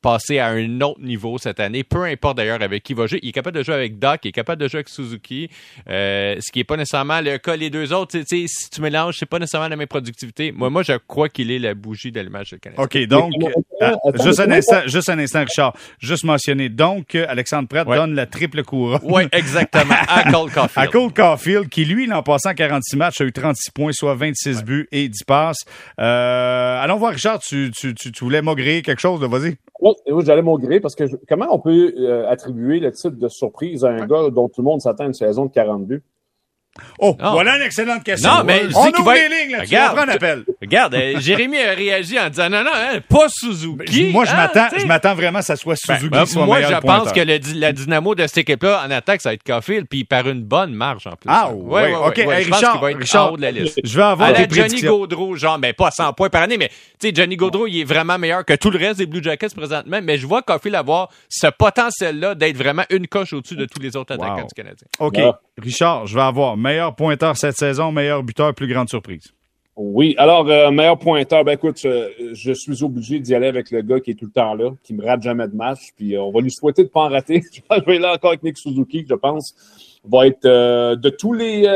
passer à un autre niveau cette année, peu importe d'ailleurs avec qui il va jouer. Il est capable de jouer avec Doc, il est capable de jouer avec Suzuki, ce qui n'est pas nécessairement le cas. Les deux autres, si tu mélanges, c'est pas nécessairement la même productivité. Moi, je crois qu'il est la bougie d'allumage de Canadien. OK, donc, juste un instant, Richard. Juste mentionner. Donc, Alexandre Pratt donne la triple couronne. Oui, exactement. À Cole Caulfield. À Cole Caulfield, qui, lui, l'an passant 46 matchs, a eu 36 points, soit 26 buts et 10 passes. Allons voir, Richard, tu voulais maugréer quelque chose, là, vas-y. Oui, j'allais maugréer parce que comment on peut attribuer le titre de surprise à un gars dont tout le monde s'attend à une saison de 40 buts? Oh, voilà une excellente question. Non, mais on ouvre les lignes, là, tu prends un appel. Regarde, Jérémy a réagi en disant non, pas Suzuki. Moi, je m'attends vraiment que ça soit Suzuki qui soit moi, meilleur je pense que la dynamo de cette équipe-là, en attaque, ça va être Caulfield, puis par une bonne marge en plus. Ah, oui, OK. Ouais, je pense qu'il va être en haut de la liste. Je vais avoir des prédictions. Johnny Gaudreau, genre, mais pas 100 points par année, mais tu sais, Johnny Gaudreau, il est vraiment meilleur que tout le reste des Blue Jackets présentement, mais je vois Caulfield avoir ce potentiel-là d'être vraiment une coche au-dessus de tous les autres attaquants du Canadien. OK. Richard, je vais avoir meilleur pointeur cette saison, meilleur buteur, plus grande surprise. Oui, alors, meilleur pointeur, écoute, je suis obligé d'y aller avec le gars qui est tout le temps là, qui me rate jamais de match, puis on va lui souhaiter de ne pas en rater. Je vais là encore avec Nick Suzuki, je pense, va être de tous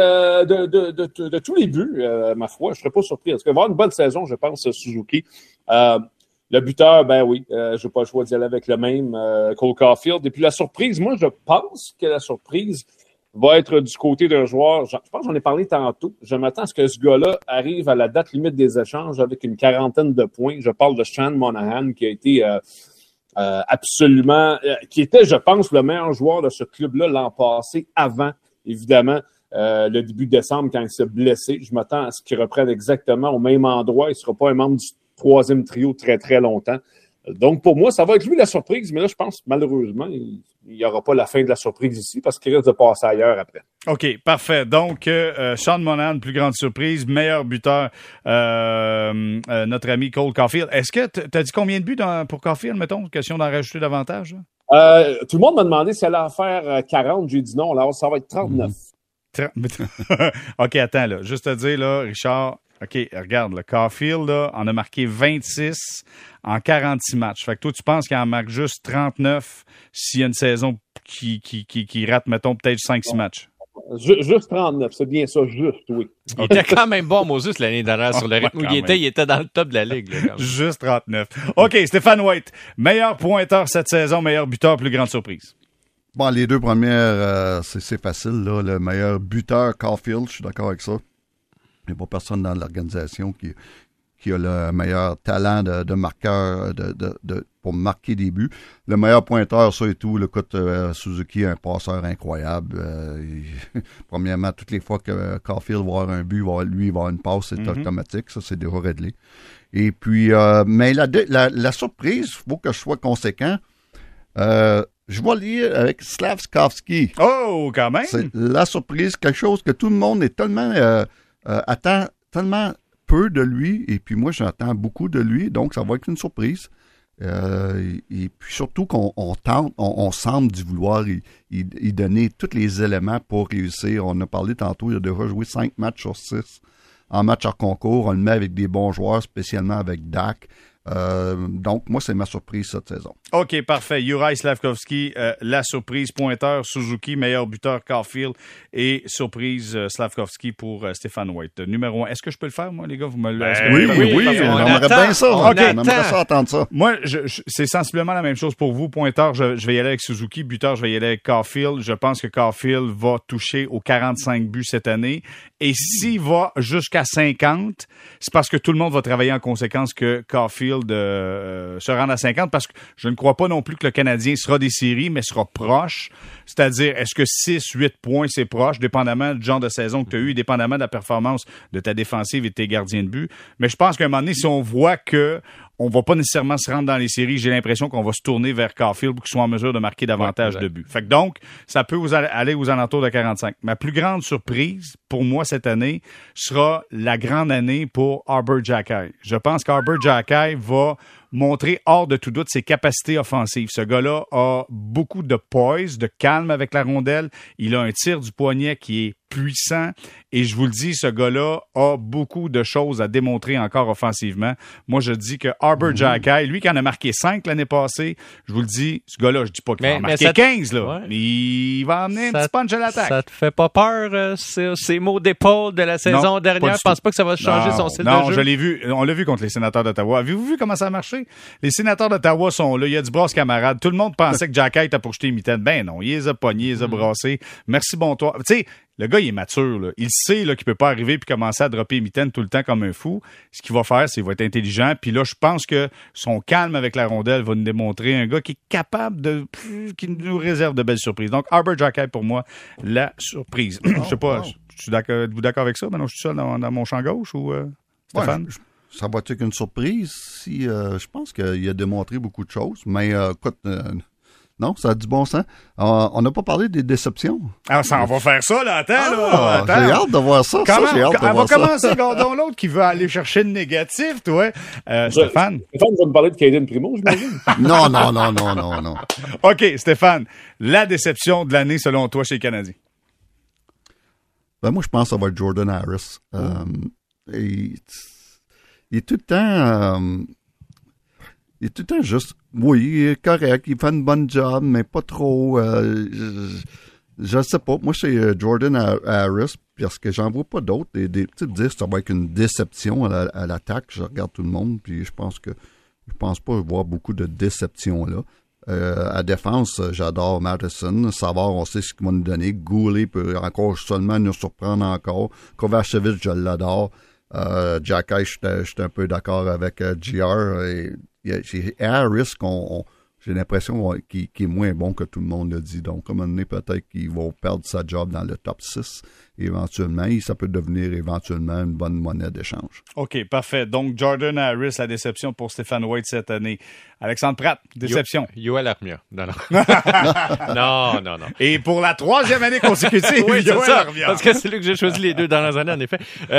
les buts, ma foi, je ne serais pas surpris. Parce qu'il va avoir une bonne saison, je pense, Suzuki. Le buteur, oui, je n'ai pas le choix d'y aller avec le même, Cole Caulfield. Et puis la surprise, moi, je pense que la surprise va être du côté d'un joueur, je pense que j'en ai parlé tantôt, je m'attends à ce que ce gars-là arrive à la date limite des échanges avec une quarantaine de points. Je parle de Sean Monahan, qui a été absolument, qui était, je pense, le meilleur joueur de ce club-là l'an passé, avant, évidemment, le début décembre, quand il s'est blessé. Je m'attends à ce qu'il reprenne exactement au même endroit. Il ne sera pas un membre du troisième trio très, très longtemps. Donc, pour moi, ça va être lui la surprise, mais là, je pense, malheureusement, il n'y aura pas la fin de la surprise ici parce qu'il risque de passer ailleurs après. OK, parfait. Donc, Sean Monahan, plus grande surprise, meilleur buteur, notre ami Cole Caulfield. Est-ce que tu as dit combien de buts pour Caulfield, mettons? Question d'en rajouter davantage? Tout le monde m'a demandé si elle allait en faire 40. J'ai dit non, alors ça va être 39. OK, attends, là. Juste te dire, là, Richard... OK, regarde, le Caulfield là, en a marqué 26 en 46 matchs. Fait que toi, tu penses qu'il en marque juste 39 s'il y a une saison qui rate, mettons, peut-être 5-6 matchs? Juste 39, c'est bien ça, juste, oui. Il était quand même bon, Moses, l'année dernière, sur le rythme où il était dans le top de la Ligue. Là, juste 39. OK, Stéphane White, meilleur pointeur cette saison, meilleur buteur, plus grande surprise. Bon, les deux premières, c'est facile, là. Le meilleur buteur, Caulfield, je suis d'accord avec ça. Il n'y a pas personne dans l'organisation qui a le meilleur talent de marqueur pour marquer des buts. Le meilleur pointeur, ça et tout, le coup de Suzuki, un passeur incroyable. Premièrement, toutes les fois que Caulfield va avoir un but, lui, il va avoir une passe, c'est automatique. Ça, c'est déjà réglé. Et puis, mais la surprise, il faut que je sois conséquent. Je vais lire avec Slavkovski. Oh, quand même! C'est la surprise, quelque chose que tout le monde est tellement... attend tellement peu de lui, et puis moi, j'attends beaucoup de lui, donc ça va être une surprise. Et puis surtout qu'on semble d'y vouloir y donner tous les éléments pour réussir. On a parlé tantôt, il a déjà joué 5 matchs sur 6 en match hors concours. On le met avec des bons joueurs, spécialement avec Dak. Donc, moi, c'est ma surprise cette saison. OK, parfait. Juraj Slavkovski, la surprise pointeur, Suzuki, meilleur buteur, Caulfield, et surprise Slavkovski pour Stéphane White. Numéro 1. Est-ce que je peux le faire, moi, les gars? Vous me Oui, on aimerait bien ça. On aimerait ça entendre ça. Moi, c'est sensiblement la même chose pour vous. Pointeur, je vais y aller avec Suzuki. Buteur, je vais y aller avec Caulfield. Je pense que Caulfield va toucher aux 45 buts cette année. Et s'il va jusqu'à 50, c'est parce que tout le monde va travailler en conséquence que Caulfield se rende à 50, parce que je ne crois pas non plus que le Canadien sera des séries, mais sera proche. C'est-à-dire, est-ce que 6-8 points, c'est proche, dépendamment du genre de saison que tu as eu, dépendamment de la performance de ta défensive et de tes gardiens de but. Mais je pense qu'à un moment donné, si on voit que on va pas nécessairement se rendre dans les séries, j'ai l'impression qu'on va se tourner vers Caulfield pour qu'il soit en mesure de marquer davantage de buts. Fait que donc, ça peut aller aux alentours de 45. Ma plus grande surprise pour moi cette année sera la grande année pour Arber Xhekaj. Je pense qu'Arber Xhekaj va montrer hors de tout doute ses capacités offensives. Ce gars-là a beaucoup de poise, de calme avec la rondelle. Il a un tir du poignet qui est puissant. Et je vous le dis, ce gars-là a beaucoup de choses à démontrer encore offensivement. Moi, je dis que Arbor Xhekaj, lui qui en a marqué 5 l'année passée, je vous le dis, ce gars-là, je dis pas qu'il va en marquer 15, là. Ouais. Mais il va amener un petit punch à l'attaque. Ça te fait pas peur, ces mots d'épaule de la saison dernière? Je pense pas que ça va changer son style de jeu. Non, je l'ai vu. On l'a vu contre les Sénateurs d'Ottawa. Avez-vous vu comment ça a marché? Les Sénateurs d'Ottawa sont là. Il y a du brasse camarade. Tout le monde pensait que Xhekaj était pour jeter les mitaines. Ben non, il les a pognés, il les a brassés. Merci, bon toi. Tu sais, le gars, il est mature. Là. Il sait là, qu'il peut pas arriver puis commencer à dropper les mitaines tout le temps comme un fou. Ce qu'il va faire, c'est qu'il va être intelligent. Puis là, je pense que son calme avec la rondelle va nous démontrer un gars qui est capable de... qui nous réserve de belles surprises. Donc, Arbor Xhekaj, pour moi, la surprise. Je sais pas, êtes-vous d'accord avec ça? Maintenant, je suis seul dans mon champ gauche ou Stéphane? Ça va être une surprise si je pense qu'il a démontré beaucoup de choses. Mais écoute... non, ça a du bon sens. On n'a pas parlé des déceptions. Ah, on va faire ça, là. Attends. J'ai hâte de voir ça. On va commencer, gardons l'autre qui veut aller chercher le négatif, toi. Stéphane? Stéphane va me parler de Caden Primo, j'imagine. Non. OK, Stéphane, la déception de l'année, selon toi, chez les Canadiens? Ben, moi, je pense que ça va être Jordan Harris. Il est tout le temps... il est tout le temps juste... Oui, il est correct, il fait une bonne job, mais pas trop. Je sais pas. Moi, c'est Jordan Harris, parce que j'en vois pas d'autres. Tu dire ça va être une déception à l'attaque. Je regarde tout le monde, puis je pense pas voir beaucoup de déception là. À défense, j'adore Madison. Savard, on sait ce qu'il va nous donner. Goulet peut encore seulement nous surprendre encore. Kovacevic, je l'adore. Xhekaj, je suis un peu d'accord avec JR. C'est Harris j'ai l'impression qu'il est moins bon que tout le monde le dit. Donc, à un moment donné, peut-être qu'il va perdre sa job dans le top 6 éventuellement. Et ça peut devenir éventuellement une bonne monnaie d'échange. OK, parfait. Donc, Jordan Harris, la déception pour Stéphane White cette année. Alexandre Pratt, déception. Yoel Armia. Non. Et pour la 3e année consécutive, oui, Yoel Armia. Parce que c'est lui que j'ai choisi les 2 dernières années, en effet.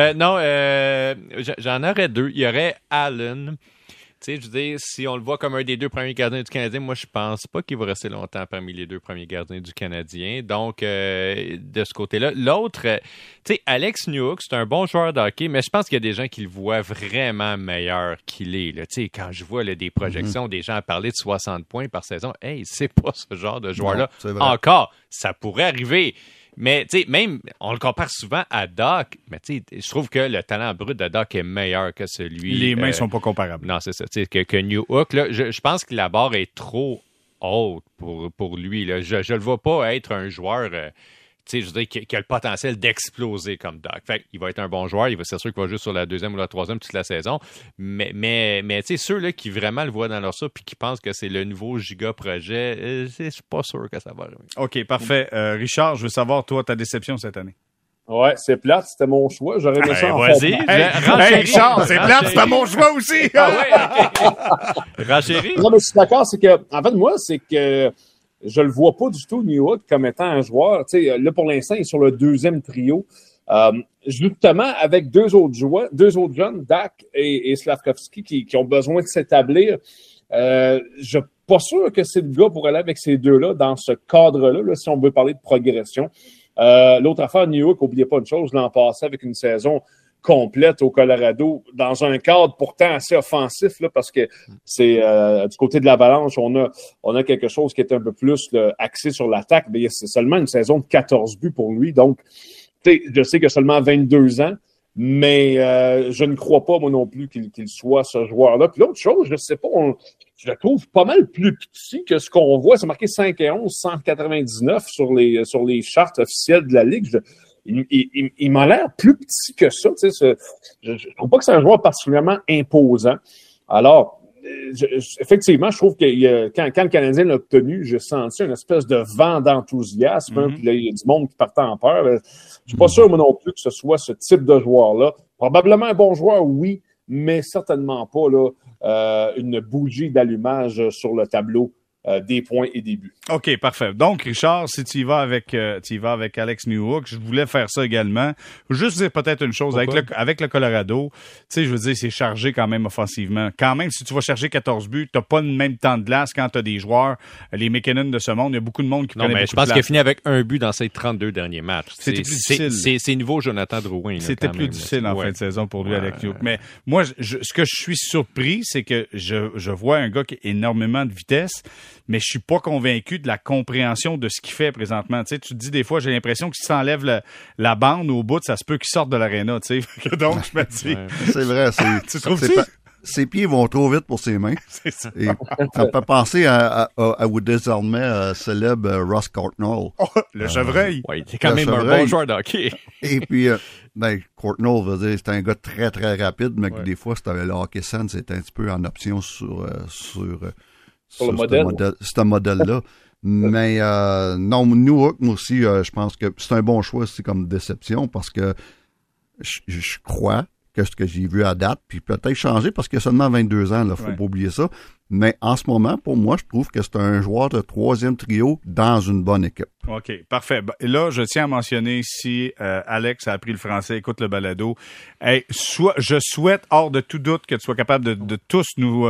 J'en aurais 2. Il y aurait Allen. Tu sais, je veux dire, si on le voit comme un des 2 premiers gardiens du Canadien, moi, je pense pas qu'il va rester longtemps parmi les 2 premiers gardiens du Canadien. Donc, de ce côté-là. L'autre, tu sais, Alex Newhook, c'est un bon joueur de hockey, mais je pense qu'il y a des gens qui le voient vraiment meilleur qu'il est. Tu sais, quand je vois des projections, des gens parler de 60 points par saison, hey, c'est pas ce genre de joueur-là. Encore, ça pourrait arriver. Mais, tu sais, même, on le compare souvent à Doc, mais tu sais, je trouve que le talent brut de Doc est meilleur que celui... Les mains sont pas comparables. Non, c'est ça. Tu sais, que Newhook, là, je pense que la barre est trop haute pour lui, là. Je le vois pas être un joueur... tu sais, je veux dire, qui a le potentiel d'exploser comme Doc. Fait qu'il va être un bon joueur. C'est sûr qu'il va jouer sur la 2e ou la 3e toute la saison. Mais tu sais, ceux-là qui vraiment le voient dans leur soupe et qui pensent que c'est le nouveau giga projet, je suis pas sûr que ça va arriver. OK, parfait. Richard, je veux savoir, toi, ta déception cette année. Ouais, c'est plate, c'était mon choix. J'aurais aimé ça en vas-y. Richard, c'est plate, c'était mon choix aussi. Renchéri. Non, mais je suis d'accord, c'est que, en fait, moi, c'est que je le vois pas du tout, Newhook, comme étant un joueur. Tu sais, là, pour l'instant, il est sur le 2e trio. Justement, avec deux autres jeunes, Dak et Slavkovski, qui ont besoin de s'établir. Je suis pas sûr que c'est le gars pour aller avec ces deux-là dans ce cadre-là, là, si on veut parler de progression. L'autre affaire, Newhook, n'oubliez pas une chose, l'an passé, avec une saison complète au Colorado, dans un cadre pourtant assez offensif, là, parce que c'est du côté de l'Avalanche, on a quelque chose qui est un peu plus là, axé sur l'attaque, mais c'est seulement une saison de 14 buts pour lui, donc je sais qu'il a seulement 22 ans, mais je ne crois pas, moi non plus, qu'il soit ce joueur-là. Puis l'autre chose, je ne sais pas, je le trouve pas mal plus petit que ce qu'on voit, c'est marqué 5'11", 199 sur les chartes officielles de la Ligue. Il m'a l'air plus petit que ça. Tu sais, je trouve pas que c'est un joueur particulièrement imposant. Alors, effectivement, je trouve que quand le Canadien l'a obtenu, j'ai senti une espèce de vent d'enthousiasme. Puis là, il y a du monde qui partait en peur. Je suis pas sûr, moi non plus, que ce soit ce type de joueur-là. Probablement un bon joueur, oui, mais certainement pas là, une bougie d'allumage sur le tableau des points et des buts. OK, parfait. Donc, Richard, si tu y vas avec Alex Newhook, je voulais faire ça également. Juste dire peut-être une chose. Avec le Colorado, tu sais, je veux dire, c'est chargé quand même offensivement. Quand même, si tu vas chercher 14 buts, t'as pas le même temps de glace quand t'as des joueurs, les McKinnon de ce monde. Il y a beaucoup de monde qui connaît beaucoup de je pense place. qu'il a fini avec un but dans ses 32 derniers matchs. C'était plus difficile. C'est niveau Jonathan Drouin. C'était plus difficile en fin de saison pour lui, Alex Newhook. Mais moi, ce que je suis surpris, c'est que je vois un gars qui a énormément de vitesse, mais je suis pas convaincu de la compréhension de ce qu'il fait présentement. Tu sais, tu te dis des fois, j'ai l'impression que si tu enlèves la bande au bout, ça se peut qu'il sorte de l'aréna. Tu sais, donc je me dis, c'est vrai, tu trouves-tu? Ses pieds vont trop vite pour ses mains. C'est ça. Et ça me fait penser à désormais célèbre Ross Courtnall. Oh, le chevreuil. Oui, c'est quand même un bon joueur de hockey. Et puis, Courtnall, veut dire, c'était un gars très, très rapide, mais que des fois, c'était le hockey sense, c'était un petit peu en option sur le modèle. Ce modèle-là. Mais non, Newhook, moi aussi, je pense que c'est un bon choix aussi comme déception parce que je crois que ce que j'ai vu à date, puis peut-être changer parce qu'il a seulement 22 ans, il faut pas oublier ça. Mais en ce moment, pour moi, je trouve que c'est un joueur de troisième trio dans une bonne équipe. OK, parfait. Là, je tiens à mentionner si Alex a appris le français, écoute le balado. Hey, je souhaite, hors de tout doute, que tu sois capable de tous nous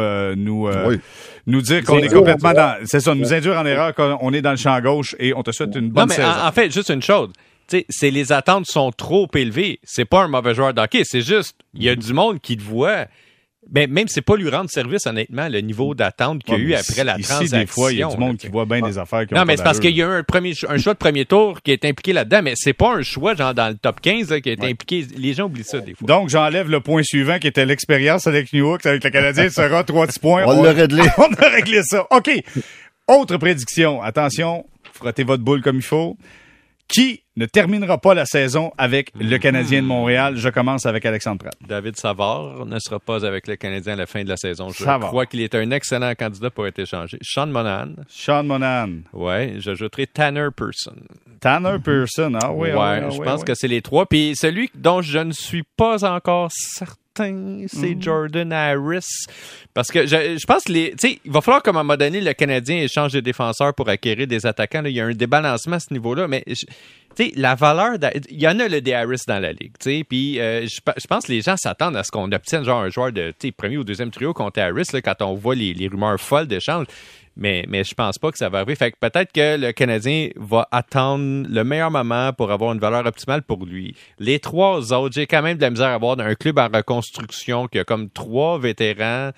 dire qu'on est complètement dans... C'est ça, nous induire en erreur, qu'on est dans le champ gauche et on te souhaite une bonne saison. En fait, juste une chose. C'est les attentes sont trop élevées. C'est pas un mauvais joueur de hockey. C'est juste, il y a du monde qui te voit. Ben, même si c'est pas lui rendre service, honnêtement, le niveau d'attente qu'il y a eu après la transaction. Des fois, il y a du monde qui voit bien des affaires qui non, mais c'est parce qu'il y a eu un choix de premier tour qui est impliqué là-dedans, mais c'est pas un choix genre dans le top 15 là, qui est impliqué. Les gens oublient ça des fois. Donc, j'enlève le point suivant qui était l'expérience avec Newhook, avec le Canadien, sera 3 petits points. On l'a réglé. On a réglé ça. OK. Autre prédiction. Attention, frottez votre boule comme il faut. Qui ne terminera pas la saison avec le Canadien de Montréal? Je commence avec Alexandre Pratt. David Savard ne sera pas avec le Canadien à la fin de la saison. Je crois qu'il est un excellent candidat pour être échangé. Sean Monahan. Ouais, j'ajouterai Tanner Pearson. Ah oui. Je pense que c'est les trois. Puis celui dont je ne suis pas encore certain, c'est Jordan Harris. Parce que je pense que il va falloir qu'à un moment donné, le Canadien échange des défenseurs pour acquérir des attaquants. Là, il y a un débalancement à ce niveau-là, mais la valeur, il y en a des Harris dans la ligue. Puis je pense que les gens s'attendent à ce qu'on obtienne genre un joueur de premier ou deuxième trio contre Harris là, quand on voit les rumeurs folles d'échange. Mais je pense pas que ça va arriver. Fait que peut-être que le Canadien va attendre le meilleur moment pour avoir une valeur optimale pour lui. Les trois autres, j'ai quand même de la misère à avoir un club en reconstruction qui a comme 3 vétérans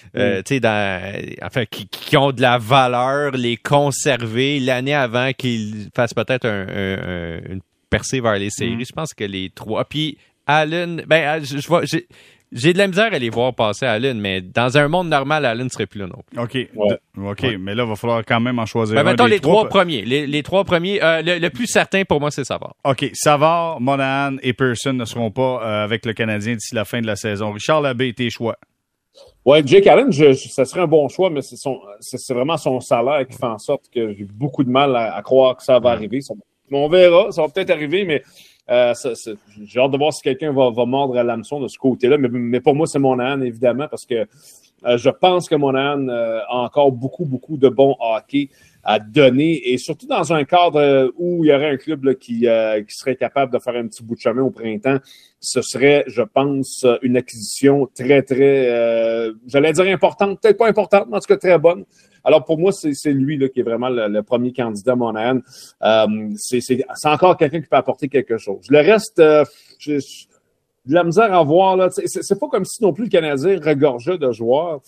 qui ont de la valeur, les conserver l'année avant qu'ils fassent peut-être une percée vers les séries. Je pense que les 3. Puis Allen, j'ai de la misère à les voir passer à Allen, mais dans un monde normal, Allen ne serait plus là non plus. OK, mais là, il va falloir quand même en choisir un. Mettons les 3 premiers. Les 3 premiers, le plus certain pour moi, c'est Savard. OK, Savard, Monahan et Pearson ne seront pas avec le Canadien d'ici la fin de la saison. Richard Labbé, tes choix? Ouais, Jake Allen, ça serait un bon choix, mais c'est vraiment son salaire qui fait en sorte que j'ai beaucoup de mal à croire que ça va arriver. On verra, ça va peut-être arriver, mais j'ai hâte de voir si quelqu'un va mordre à l'hameçon de ce côté-là. Mais pour moi, c'est Monahan, évidemment, parce que je pense que Monahan a encore beaucoup, beaucoup de bon hockey à donner, et surtout dans un cadre où il y aurait un club là, qui serait capable de faire un petit bout de chemin au printemps. Ce serait, je pense, une acquisition très, très, j'allais dire importante, peut-être pas importante, mais en tout cas très bonne. Alors, pour moi, c'est lui là, qui est vraiment le premier candidat, Monahan. C'est encore quelqu'un qui peut apporter quelque chose. Le reste, j'ai de la misère à voir. Là. C'est pas comme si non plus le Canadien regorgeait de joueurs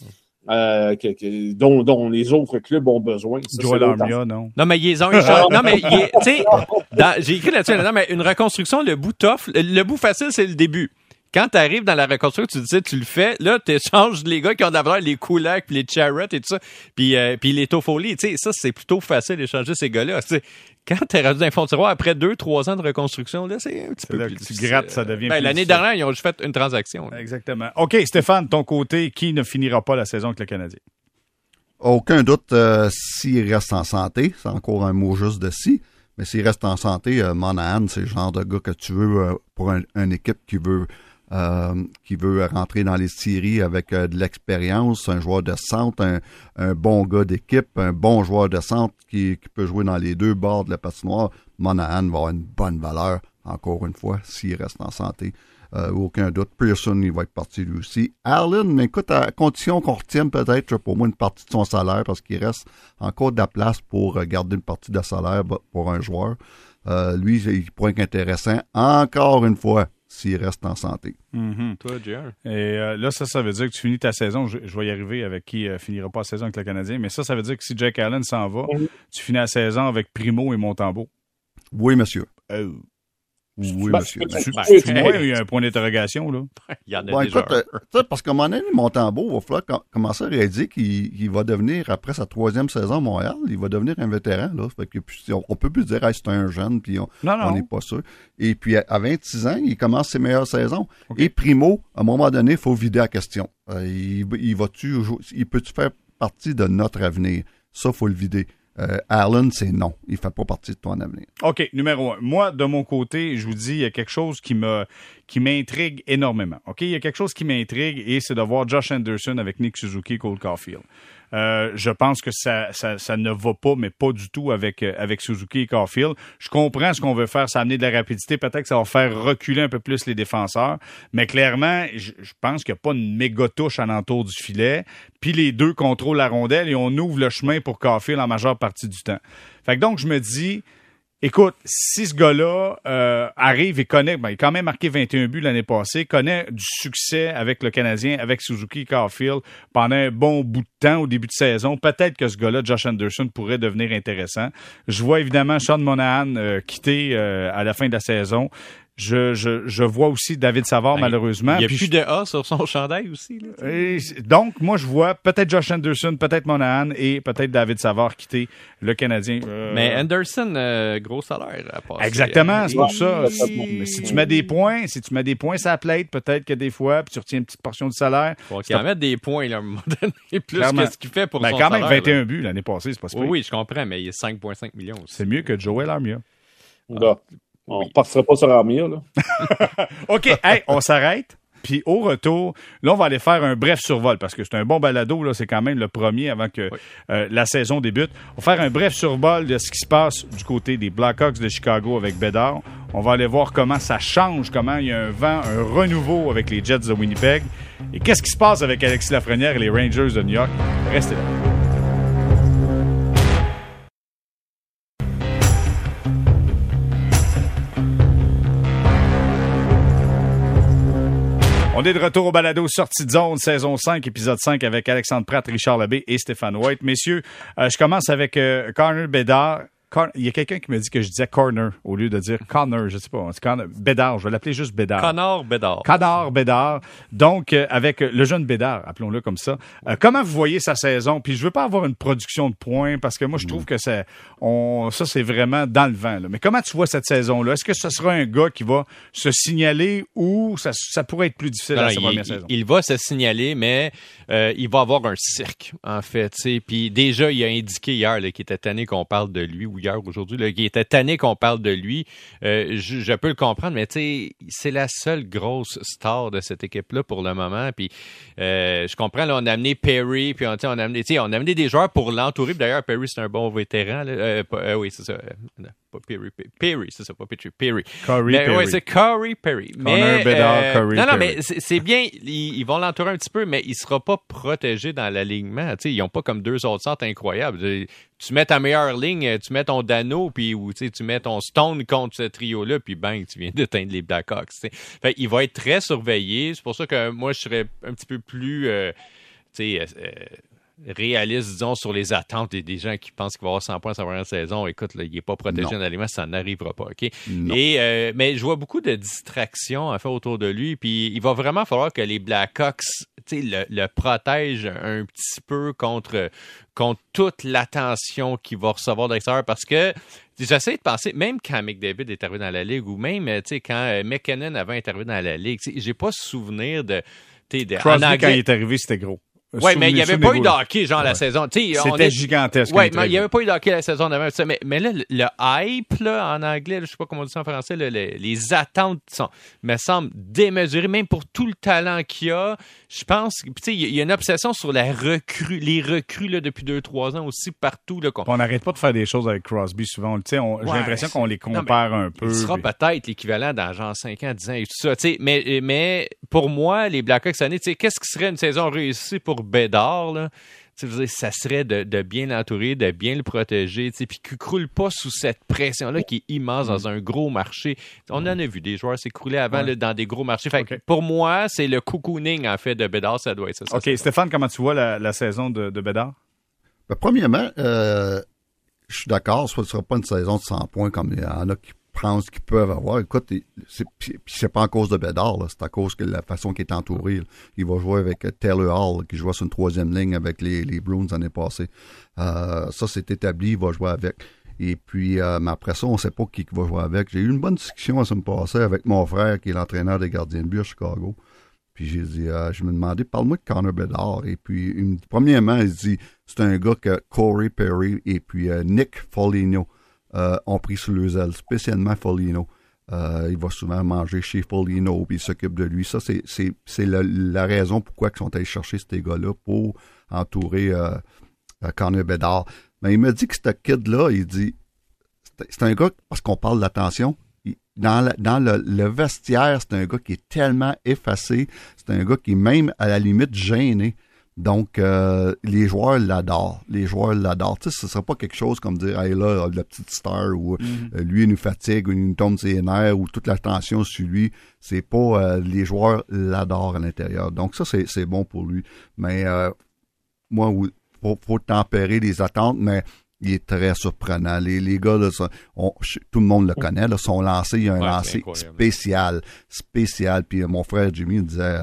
dont les autres clubs ont besoin. Joel Armia, non? Non, mais ils ont non, mais tu sais, j'ai écrit là-dessus, non, mais une reconstruction, le bout tough, le bout facile, c'est le début. Quand tu arrives dans la reconstruction, tu le fais, là, tu échanges les gars qui ont de la valeur, les Kulak, puis les Charrett et tout ça, puis les Toffoli, tu sais, ça, c'est plutôt facile d'échanger ces gars-là. T'sais. Quand tu es rendu dans un fond de tiroir après 2-3 ans de reconstruction, là, c'est un petit peu plus difficile. Tu grattes, ça devient plus l'année dernière, ils ont juste fait une transaction. Là. Exactement. OK, Stéphane, ton côté, qui ne finira pas la saison avec le Canadien? Aucun doute s'il reste en santé. C'est encore un mot juste de si. Mais s'il reste en santé, Monahan, c'est le genre de gars que tu veux pour une équipe qui veut qui veut rentrer dans les séries avec de l'expérience, un joueur de centre, un bon gars d'équipe, un bon joueur de centre qui peut jouer dans les deux bords de la patinoire. Monahan va avoir une bonne valeur, encore une fois, s'il reste en santé. Aucun doute. Pearson, il va être parti lui aussi. Allen, écoute, à condition qu'on retienne peut-être pour moi une partie de son salaire parce qu'il reste encore de la place pour garder une partie de salaire pour un joueur. Lui, il pourrait être intéressant, encore une fois, s'il reste en santé. Mm-hmm. Toi, JR? Et là, ça veut dire que tu finis ta saison. Je vais y arriver avec qui finira pas la saison avec le Canadien. Mais ça veut dire que si Jake Allen s'en va, tu finis la saison avec Primo et Montembeault. Oui, monsieur. Oui, monsieur. Moi, il y a un point d'interrogation, là. Il y en a déjà. Écoute, parce qu'à un moment donné, Montembeault va falloir commencer à réaliser qu'il va devenir, après sa 3e saison à Montréal, il va devenir un vétéran, là. Fait que, on peut plus dire, hey, c'est un jeune, puis on n'est pas sûr. Et puis, à 26 ans, il commence ses meilleures saisons. Okay. Et Primo, à un moment donné, il faut vider la question. Il peut-tu faire partie de notre avenir? Ça, il faut le vider. Allen, c'est non. Il ne fait pas partie de ton avenir. OK, numéro 1. Moi, de mon côté, je vous dis, il y a quelque chose qui m'intrigue énormément. OK, il y a quelque chose qui m'intrigue et c'est de voir Josh Anderson avec Nick Suzuki et Cole Caulfield. Je pense que ça ne va pas, mais pas du tout avec Suzuki et Caulfield. Je comprends ce qu'on veut faire, ça amener de la rapidité. Peut-être que ça va faire reculer un peu plus les défenseurs. Mais clairement, je pense qu'il n'y a pas une méga touche alentour du filet. Puis les deux contrôlent la rondelle et on ouvre le chemin pour Caulfield en majeure partie du temps. Fait que donc, je me dis... Écoute, si ce gars-là arrive et connaît, il a quand même marqué 21 buts l'année passée, connaît du succès avec le Canadien, avec Suzuki et Caulfield pendant un bon bout de temps au début de saison, peut-être que ce gars-là, Josh Anderson, pourrait devenir intéressant. Je vois évidemment Sean Monahan quitter à la fin de la saison. Je vois aussi David Savard, malheureusement. Il n'y a plus de A sur son chandail aussi. Là, donc, moi, je vois peut-être Josh Anderson, peut-être Monahan et peut-être David Savard quitter le Canadien. Mais Anderson, gros salaire à passer. Exactement, c'est pour ça. Mais si tu mets des points, ça plate, peut-être que des fois, puis tu retiens une petite portion du salaire. Il faut qu'il en mette des points, là, à un moment donné, plus que ce qu'il fait pour son quand même, salaire. 21 buts l'année passée, c'est pas si pire. Oui, je comprends, mais il y a 5,5 millions aussi. C'est mieux que Joel Armia. On ne passera pas sur Armia, là. OK, hey, on s'arrête. Puis au retour, là, on va aller faire un bref survol parce que c'est un bon balado. Là, c'est quand même le premier avant que la saison débute. On va faire un bref survol de ce qui se passe du côté des Blackhawks de Chicago avec Bédard. On va aller voir comment ça change, comment il y a un vent, un renouveau avec les Jets de Winnipeg. Et qu'est-ce qui se passe avec Alexis Lafrenière et les Rangers de New York? Restez là. On est de retour au balado Sortie de zone, saison 5, épisode 5 avec Alexandre Pratt, Richard Labbé et Stéphane White. Messieurs, je commence avec Connor Bédard. Il y a quelqu'un qui me dit que je disais corner au lieu de dire Connor, je sais pas. C'est Bédard, je vais l'appeler juste Bédard. Connor Bédard. Connor Bédard. Donc, avec le jeune Bédard, appelons-le comme ça. Comment vous voyez sa saison? Puis je veux pas avoir une production de points parce que moi, je trouve que ça, c'est vraiment dans le vent. Là. Mais comment tu vois cette saison-là? Est-ce que ce sera un gars qui va se signaler ou ça pourrait être plus difficile à sa première saison? Il va se signaler, mais il va avoir un cirque, en fait. Puis déjà, il a indiqué hier qu'il était tanné qu'on parle de lui ou hier aujourd'hui, là, qui était tanné qu'on parle de lui. Je peux le comprendre, mais c'est la seule grosse star de cette équipe-là pour le moment. Puis je comprends, là, on a amené Perry, puis on a amené des joueurs pour l'entourer. D'ailleurs, Perry, c'est un bon vétéran. Oui, c'est ça. Pas Perry. Perry, c'est ça, pas Perry. Perry. Oui, c'est Corey Perry. Connor Bédard, Corey non, Perry. mais c'est bien. Ils vont l'entourer un petit peu, mais il sera pas protégé dans l'alignement. Ils n'ont pas comme deux autres centres incroyables. Tu mets ta meilleure ligne, tu mets ton Dano, puis tu mets ton Stone contre ce trio-là, puis bang, tu viens d'éteindre les Blackhawks. Fait, il va être très surveillé. C'est pour ça que moi, je serais un petit peu plus réaliste, disons, sur les attentes des gens qui pensent qu'il va avoir 100 points sa première saison. Écoute, là, il n'est pas protégé dans l'alignement, ça n'arrivera pas. OK? Mais je vois beaucoup de distractions en fait autour de lui, puis il va vraiment falloir que les Blackhawks le protègent un petit peu contre toute l'attention qu'il va recevoir de l'extérieur, parce que j'essaie de penser, même quand McDavid est arrivé dans la Ligue, ou même quand McKinnon avait été arrivé dans la Ligue, j'ai pas souvenir de... Crosby, quand il est arrivé, c'était gros. Oui, mais il n'y avait pas eu de hockey, genre, la saison. C'était gigantesque. Oui, mais il n'y avait pas eu de hockey la saison d'avant. Mais là, le hype, là, en anglais, je ne sais pas comment on dit ça en français, là, les attentes me semblent démesurées, même pour tout le talent qu'il y a. Je pense qu'il y a une obsession sur les recrues là, depuis 2-3 ans aussi, partout. Là, on n'arrête pas de faire des choses avec Crosby souvent. J'ai l'impression qu'on les compare un peu. Il sera peut-être l'équivalent dans genre 5 ans, 10 ans et tout ça. Mais pour moi, les Blackhawks cette année, qu'est-ce qui serait une saison réussie pour Bédard, là? Ça serait de bien l'entourer, de bien le protéger, puis qu'il ne croule pas sous cette pression-là qui est immense dans un gros marché. On en a vu des joueurs s'écrouler avant là, dans des gros marchés. Fait que pour moi, c'est le cocooning, en fait, de Bédard, ça doit être ça. OK, Stéphane, comment tu vois la saison de Bédard? Ben, premièrement, je suis d'accord, ce ne sera pas une saison de 100 points comme il y en a qui pensent qu'ils peuvent avoir. Écoute, c'est pas en cause de Bédard, là, c'est à cause de la façon qu'il est entouré. Là. Il va jouer avec Taylor Hall, qui jouait sur une 3e ligne avec les Bruins l'année passée. Ça, c'est établi, il va jouer avec. Et puis, mais après ça, on ne sait pas qui va jouer avec. J'ai eu une bonne discussion la semaine passée avec mon frère, qui est l'entraîneur des gardiens de but à Chicago. Puis j'ai dit, je me demandais, parle-moi de Connor Bedard. Et puis, premièrement, il dit, c'est un gars que Corey Perry et puis Nick Foligno ont pris sous leurs ailes, spécialement Foligno. Il va souvent manger chez Foligno, puis il s'occupe de lui. Ça, c'est la raison pourquoi ils sont allés chercher ces gars-là pour entourer Connor Bedard. Mais il me dit que ce kid-là, il dit, c'est un gars, parce qu'on parle d'attention, dans le vestiaire, c'est un gars qui est tellement effacé, c'est un gars qui est même à la limite gêné. Donc, les joueurs l'adorent. Les joueurs l'adorent. Tu sais, ce ne sera pas quelque chose comme dire, hey là, la petite star, ou lui, il nous fatigue, ou il nous tombe ses nerfs, ou toute l'attention sur lui. C'est pas, les joueurs l'adorent à l'intérieur. Donc, ça, c'est bon pour lui. Mais, moi, faut tempérer les attentes, mais il est très surprenant. Les gars, là, tout le monde le connaît, là, son lancer, il y a un lancer spécial. Puis mon frère Jimmy il disait,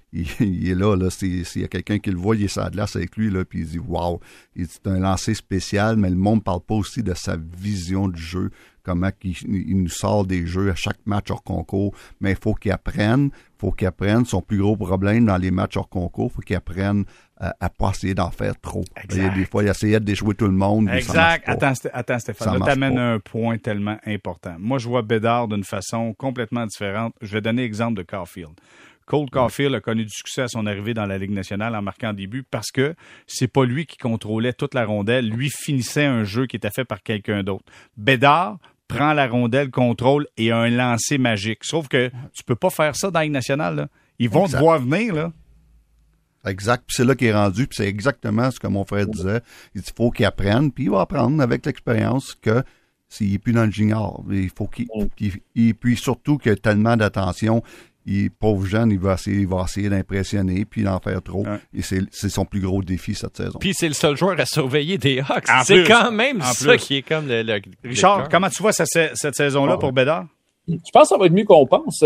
il est là, s'il y a quelqu'un qui le voit, il est sur la glace avec lui, là, puis il dit « Wow! » Il dit « C'est un lancer spécial, mais le monde ne parle pas aussi de sa vision du jeu, comment il nous sort des jeux à chaque match hors concours, mais il faut qu'il apprenne. Son plus gros problème dans les matchs hors concours, il faut qu'il apprenne à pas essayer d'en faire trop. Des fois, il essayait de déjouer tout le monde. Exact. Attends, Stéphane, là, t'amènes un point tellement important. Moi, je vois Bédard d'une façon complètement différente. Je vais donner l'exemple de Caulfield. Cole Caulfield a connu du succès à son arrivée dans la Ligue nationale en marquant des buts parce que c'est pas lui qui contrôlait toute la rondelle. Lui finissait un jeu qui était fait par quelqu'un d'autre. Bédard prend la rondelle, contrôle et a un lancer magique. Sauf que tu peux pas faire ça dans la Ligue nationale. Là. Ils vont te voir venir, là. Exact. Puis c'est là qu'il est rendu. Puis c'est exactement ce que mon frère disait. Il dit, faut qu'il apprenne. Puis il va apprendre avec l'expérience que s'il n'est plus dans le junior, il faut puis surtout qu'il y a tellement d'attention. Pauvre jeune, il va essayer d'impressionner puis d'en faire trop. Ouais. Et c'est son plus gros défi cette saison. Puis c'est le seul joueur à surveiller des Hawks. C'est quand même ça qui est comme le Richard, comment tu vois cette saison-là pour Bédard? Je pense que ça va être mieux qu'on pense.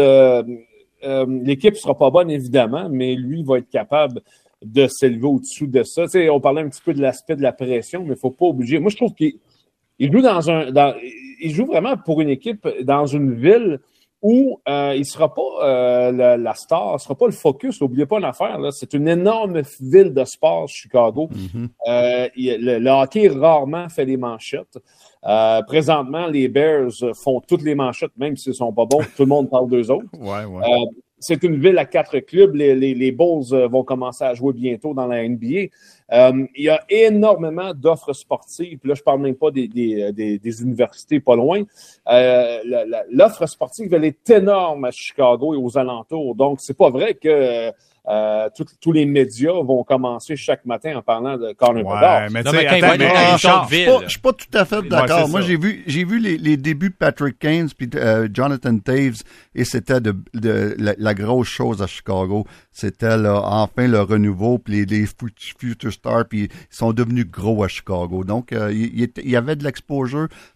L'équipe ne sera pas bonne, évidemment, mais lui va être capable de s'élever au-dessous de ça. Tu sais, on parlait un petit peu de l'aspect de la pression, mais il ne faut pas obliger. Moi, je trouve qu'il joue il joue vraiment pour une équipe dans une ville où il sera pas la star, sera pas le focus. N'oubliez pas une affaire, là, c'est une énorme ville de sport, Chicago. Le hockey rarement fait les manchettes. Présentement, les Bears font toutes les manchettes, même s'ils sont pas bons. Tout le monde parle d'eux autres. C'est une ville à 4 clubs. Les Bulls vont commencer à jouer bientôt dans la NBA. Il y a énormément d'offres sportives. Puis là, je parle même pas des universités pas loin. L'offre sportive, elle est énorme à Chicago et aux alentours. Donc, c'est pas vrai que tous les médias vont commencer chaque matin en parlant de Connor Bedard. Je suis pas tout à fait d'accord. Ouais, moi, j'ai vu les débuts de Patrick Kane puis Jonathan Taves et c'était la grosse chose à Chicago. C'était là, enfin le renouveau puis les Future Stars puis ils sont devenus gros à Chicago. Donc, il y avait de l'exposure.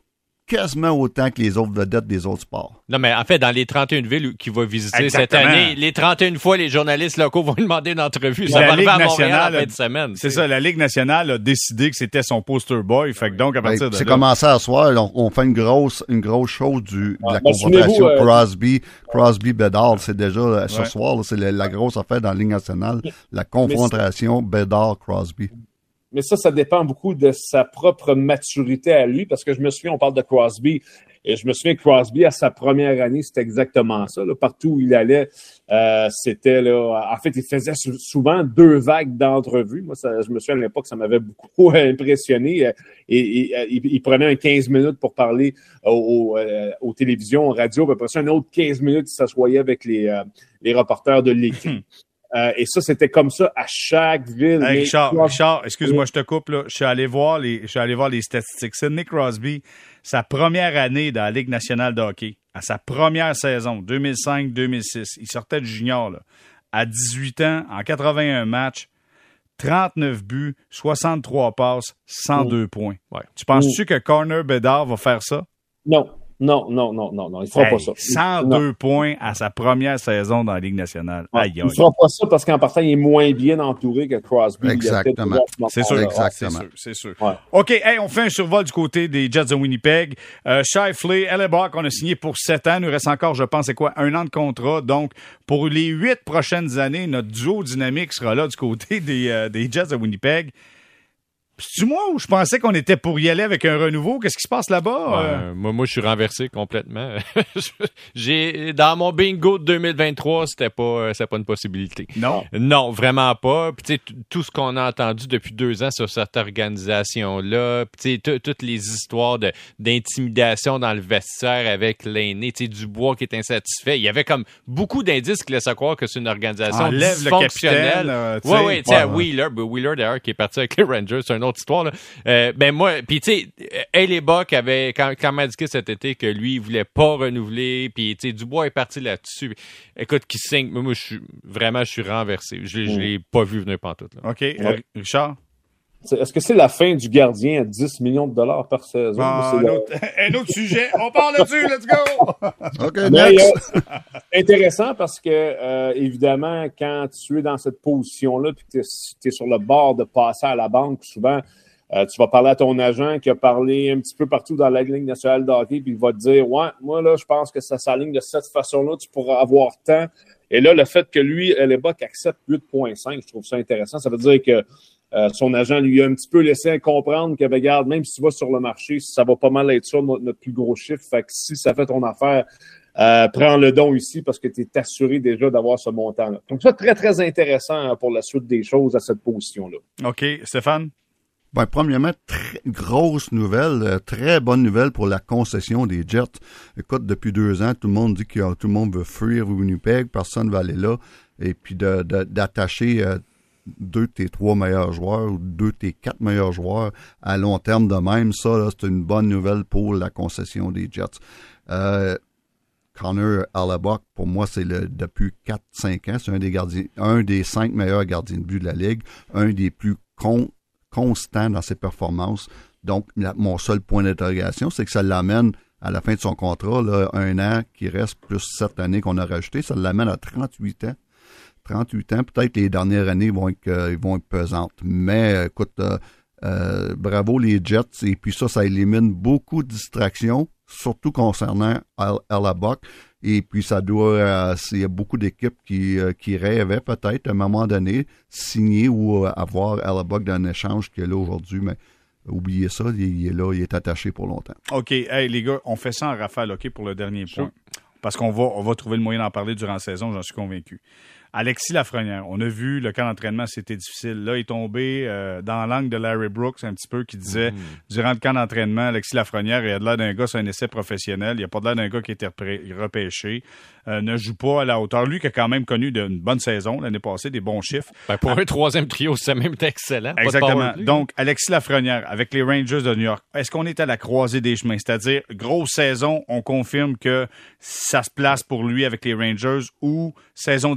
quasiment autant que les autres vedettes des autres sports. Non, mais en fait, dans les 31 villes qu'il va visiter Exactement. cette année, les 31 fois, les journalistes locaux vont lui demander une entrevue. Ça La va arriver Ligue à Montréal en nationale, fin de semaine. C'est ça, la Ligue nationale a décidé que c'était son poster boy. Fait que donc, à partir de C'est là... commencé à soir, on fait une grosse chose de la ben, confrontation souvenez-vous, Crosby-Bedard. C'est déjà ce soir, là, c'est la grosse affaire dans la Ligue nationale, la confrontation Bedard-Crosby. Mais ça dépend beaucoup de sa propre maturité à lui, parce que je me souviens, on parle de Crosby, et je me souviens que Crosby, à sa première année, c'était exactement ça. Là. Partout où il allait, c'était là. En fait, il faisait souvent 2 vagues d'entrevues. Moi, je me souviens à l'époque, ça m'avait beaucoup impressionné. Il prenait un 15 minutes pour parler aux télévisions, aux radios, puis après ça, un autre 15 minutes, il s'assoyait avec les reporters de l'équipe. Et ça, c'était comme ça à chaque ville. Hey, Richard, excuse-moi, je te coupe, là. Je suis allé voir les statistiques. Sidney Crosby, sa première année dans la Ligue nationale de hockey, à sa première saison, 2005-2006, il sortait du junior, là. À 18 ans, en 81 matchs, 39 buts, 63 passes, 102 points. Ouais. Tu penses-tu que Connor Bedard va faire ça? Non. Il ne fera pas ça. 102 points à sa première saison dans la Ligue nationale. Ouais. Aïe, Il ne fera pas ça parce qu'en partant, il est moins bien entouré que Crosby. Exactement. C'est sûr. Exactement. C'est sûr. Ouais. OK, hey, on fait un survol du côté des Jets de Winnipeg. Shifley, Hellebuck, on a signé pour 7 ans. Il nous reste encore, je pense, 1 an de contrat. Donc, pour les 8 prochaines années, notre duo dynamique sera là du côté des Jets de Winnipeg. C'est-tu moi ou je pensais qu'on était pour y aller avec un renouveau? Qu'est-ce qui se passe là-bas? Moi, je suis renversé complètement. Dans mon bingo de 2023, c'était pas une possibilité. Non. Non, vraiment pas. Puis, tu sais, tout ce qu'on a entendu depuis 2 ans sur cette organisation-là, puis, tu sais, toutes les histoires d'intimidation dans le vestiaire avec l'aîné, tu sais, Dubois qui est insatisfait. Il y avait comme beaucoup d'indices qui laissaient croire que c'est une organisation dysfonctionnelle. Oui, tu sais, Wheeler d'ailleurs, qui est parti avec les Rangers, c'est une autre histoire, là. Moi, puis tu sais, Hellebuck avait quand même indiqué cet été que lui, il voulait pas renouveler, puis tu sais, Dubois est parti là-dessus. Écoute, qui signe, moi, je suis renversé. Je l'ai pas vu venir pantoute, là. OK, Richard? Est-ce que c'est la fin du gardien à 10 millions de dollars par saison? Un autre sujet. On parle là-dessus. Let's go! OK, next! Intéressant parce que, évidemment, quand tu es dans cette position-là puis que tu es sur le bord de passer à la banque, souvent, tu vas parler à ton agent qui a parlé un petit peu partout dans la Ligue nationale de hockey puis il va te dire « Ouais, moi, là, je pense que ça s'aligne de cette façon-là, tu pourras avoir tant. » Et là, le fait que lui, Hellebuck accepte 8,5, je trouve ça intéressant. Ça veut dire que son agent lui a un petit peu laissé comprendre que, regarde, même si tu vas sur le marché, ça va pas mal être ça, notre plus gros chiffre. Fait que si ça fait ton affaire, prends le don ici parce que tu es assuré déjà d'avoir ce montant-là. Donc, ça, très, très intéressant pour la suite des choses à cette position-là. OK. Stéphane? Ben, premièrement, grosse nouvelle, très bonne nouvelle pour la concession des Jets. Écoute, depuis 2 ans, tout le monde dit que tout le monde veut fuir Winnipeg, personne ne va aller là. Et puis d'attacher 2 de tes 3 meilleurs joueurs ou 2 de tes 4 meilleurs joueurs à long terme de même, ça, là, c'est une bonne nouvelle pour la concession des Jets. Connor Hellebuck, pour moi, c'est depuis 4-5 ans, c'est un des 5 meilleurs gardiens de but de la Ligue, un des plus constant dans ses performances. Donc, mon seul point d'interrogation, c'est que ça l'amène à la fin de son contrat, là, 1 an qui reste plus 7 années qu'on a rajouté, ça l'amène à 38 ans. 38 ans, peut-être les dernières années vont être pesantes. Mais écoute, bravo les Jets. Et puis ça élimine beaucoup de distractions, surtout concernant Hellebuck. Et puis ça il y a beaucoup d'équipes qui rêvaient peut-être à un moment donné signer ou avoir Hellebuck dans un échange qu'il y a là aujourd'hui, mais oubliez ça, il est là, il est attaché pour longtemps. OK, hey les gars, on fait ça en rafale, OK, pour le dernier point. Parce qu'on va trouver le moyen d'en parler durant la saison, j'en suis convaincu. Alexis Lafrenière, on a vu le camp d'entraînement, c'était difficile. Là, il est tombé dans l'angle de Larry Brooks un petit peu qui disait, durant le camp d'entraînement, Alexis Lafrenière, il a de l'air d'un gars sur un essai professionnel, il a pas de l'air d'un gars qui a été repêché, ne joue pas à la hauteur. Lui qui a quand même connu une bonne saison l'année passée, des bons chiffres. Ben pour un 3e trio, c'est même excellent. Exactement. Donc, Alexis Lafrenière, avec les Rangers de New York, est-ce qu'on est à la croisée des chemins? C'est-à-dire, grosse saison, on confirme que ça se place pour lui avec les Rangers ou saison difficile,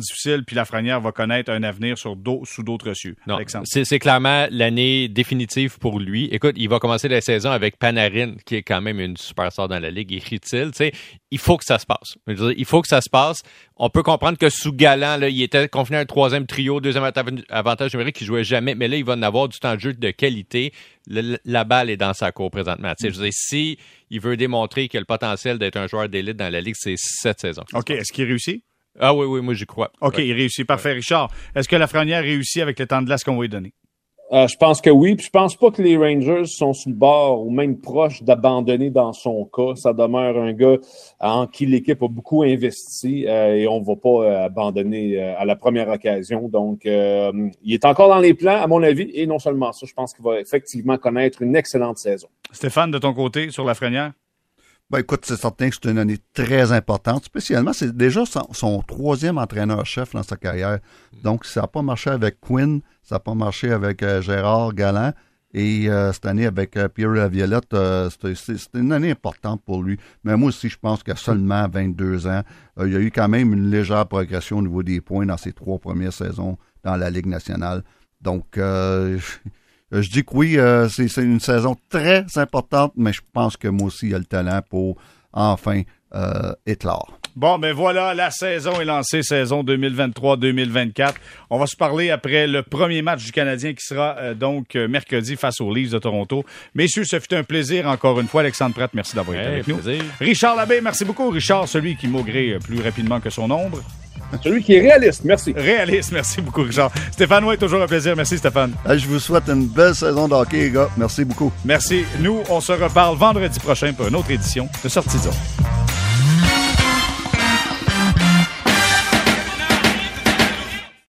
puis Lafrenière va connaître un avenir sous d'autres cieux. Non, Alexandre. c'est clairement l'année définitive pour lui. Écoute, il va commencer la saison avec Panarin, qui est quand même une superstar dans la Ligue, et Chytil. Tu sais, il faut que ça se passe. Je veux dire, il faut que ça se passe. On peut comprendre que sous Galland, là, il était confiné à un troisième trio, deuxième avantage numérique, il jouait jamais, mais là, il va en avoir du temps de jeu de qualité. La balle est dans sa cour présentement. Tu sais, je veux dire, si il veut démontrer qu'il a le potentiel d'être un joueur d'élite dans la Ligue, c'est cette saison. OK, est-ce qu'il réussit? Ah oui, moi j'y crois. OK, ouais. Il réussit. Parfait. Richard, est-ce que Lafrenière réussit avec le temps de glace qu'on va lui donner? Je pense que oui. Puis je pense pas que les Rangers sont sur le bord ou même proches d'abandonner dans son cas. Ça demeure un gars en qui l'équipe a beaucoup investi et on va pas abandonner à la première occasion. Donc, il est encore dans les plans, à mon avis. Et non seulement ça, je pense qu'il va effectivement connaître une excellente saison. Stéphane, de ton côté, sur Lafrenière? Ben écoute, c'est certain que c'est une année très importante. Spécialement, c'est déjà son troisième entraîneur-chef dans sa carrière. Donc, ça n'a pas marché avec Quinn, ça n'a pas marché avec Gérard Galland. Et cette année, avec Pierre Laviolette, c'était une année importante pour lui. Mais moi aussi, je pense qu'à seulement 22 ans, il y a eu quand même une légère progression au niveau des points dans ses 3 premières saisons dans la Ligue nationale. Donc, je dis que oui, c'est une saison très importante, mais je pense que moi aussi, il a le talent pour enfin éclore. Bon, ben voilà, la saison est lancée, saison 2023-2024. On va se parler après le premier match du Canadien qui sera donc mercredi face aux Leafs de Toronto. Messieurs, ce fut un plaisir encore une fois. Alexandre Pratt, merci d'avoir été avec nous. Richard Labbé, merci beaucoup. Richard, celui qui maugré plus rapidement que son ombre. Celui qui est réaliste, merci. Réaliste, merci beaucoup, Richard. Stéphane Oué, toujours un plaisir. Merci, Stéphane. Je vous souhaite une belle saison de hockey, les gars. Merci beaucoup. Merci. Nous, on se reparle vendredi prochain pour une autre édition de Sortie de zone.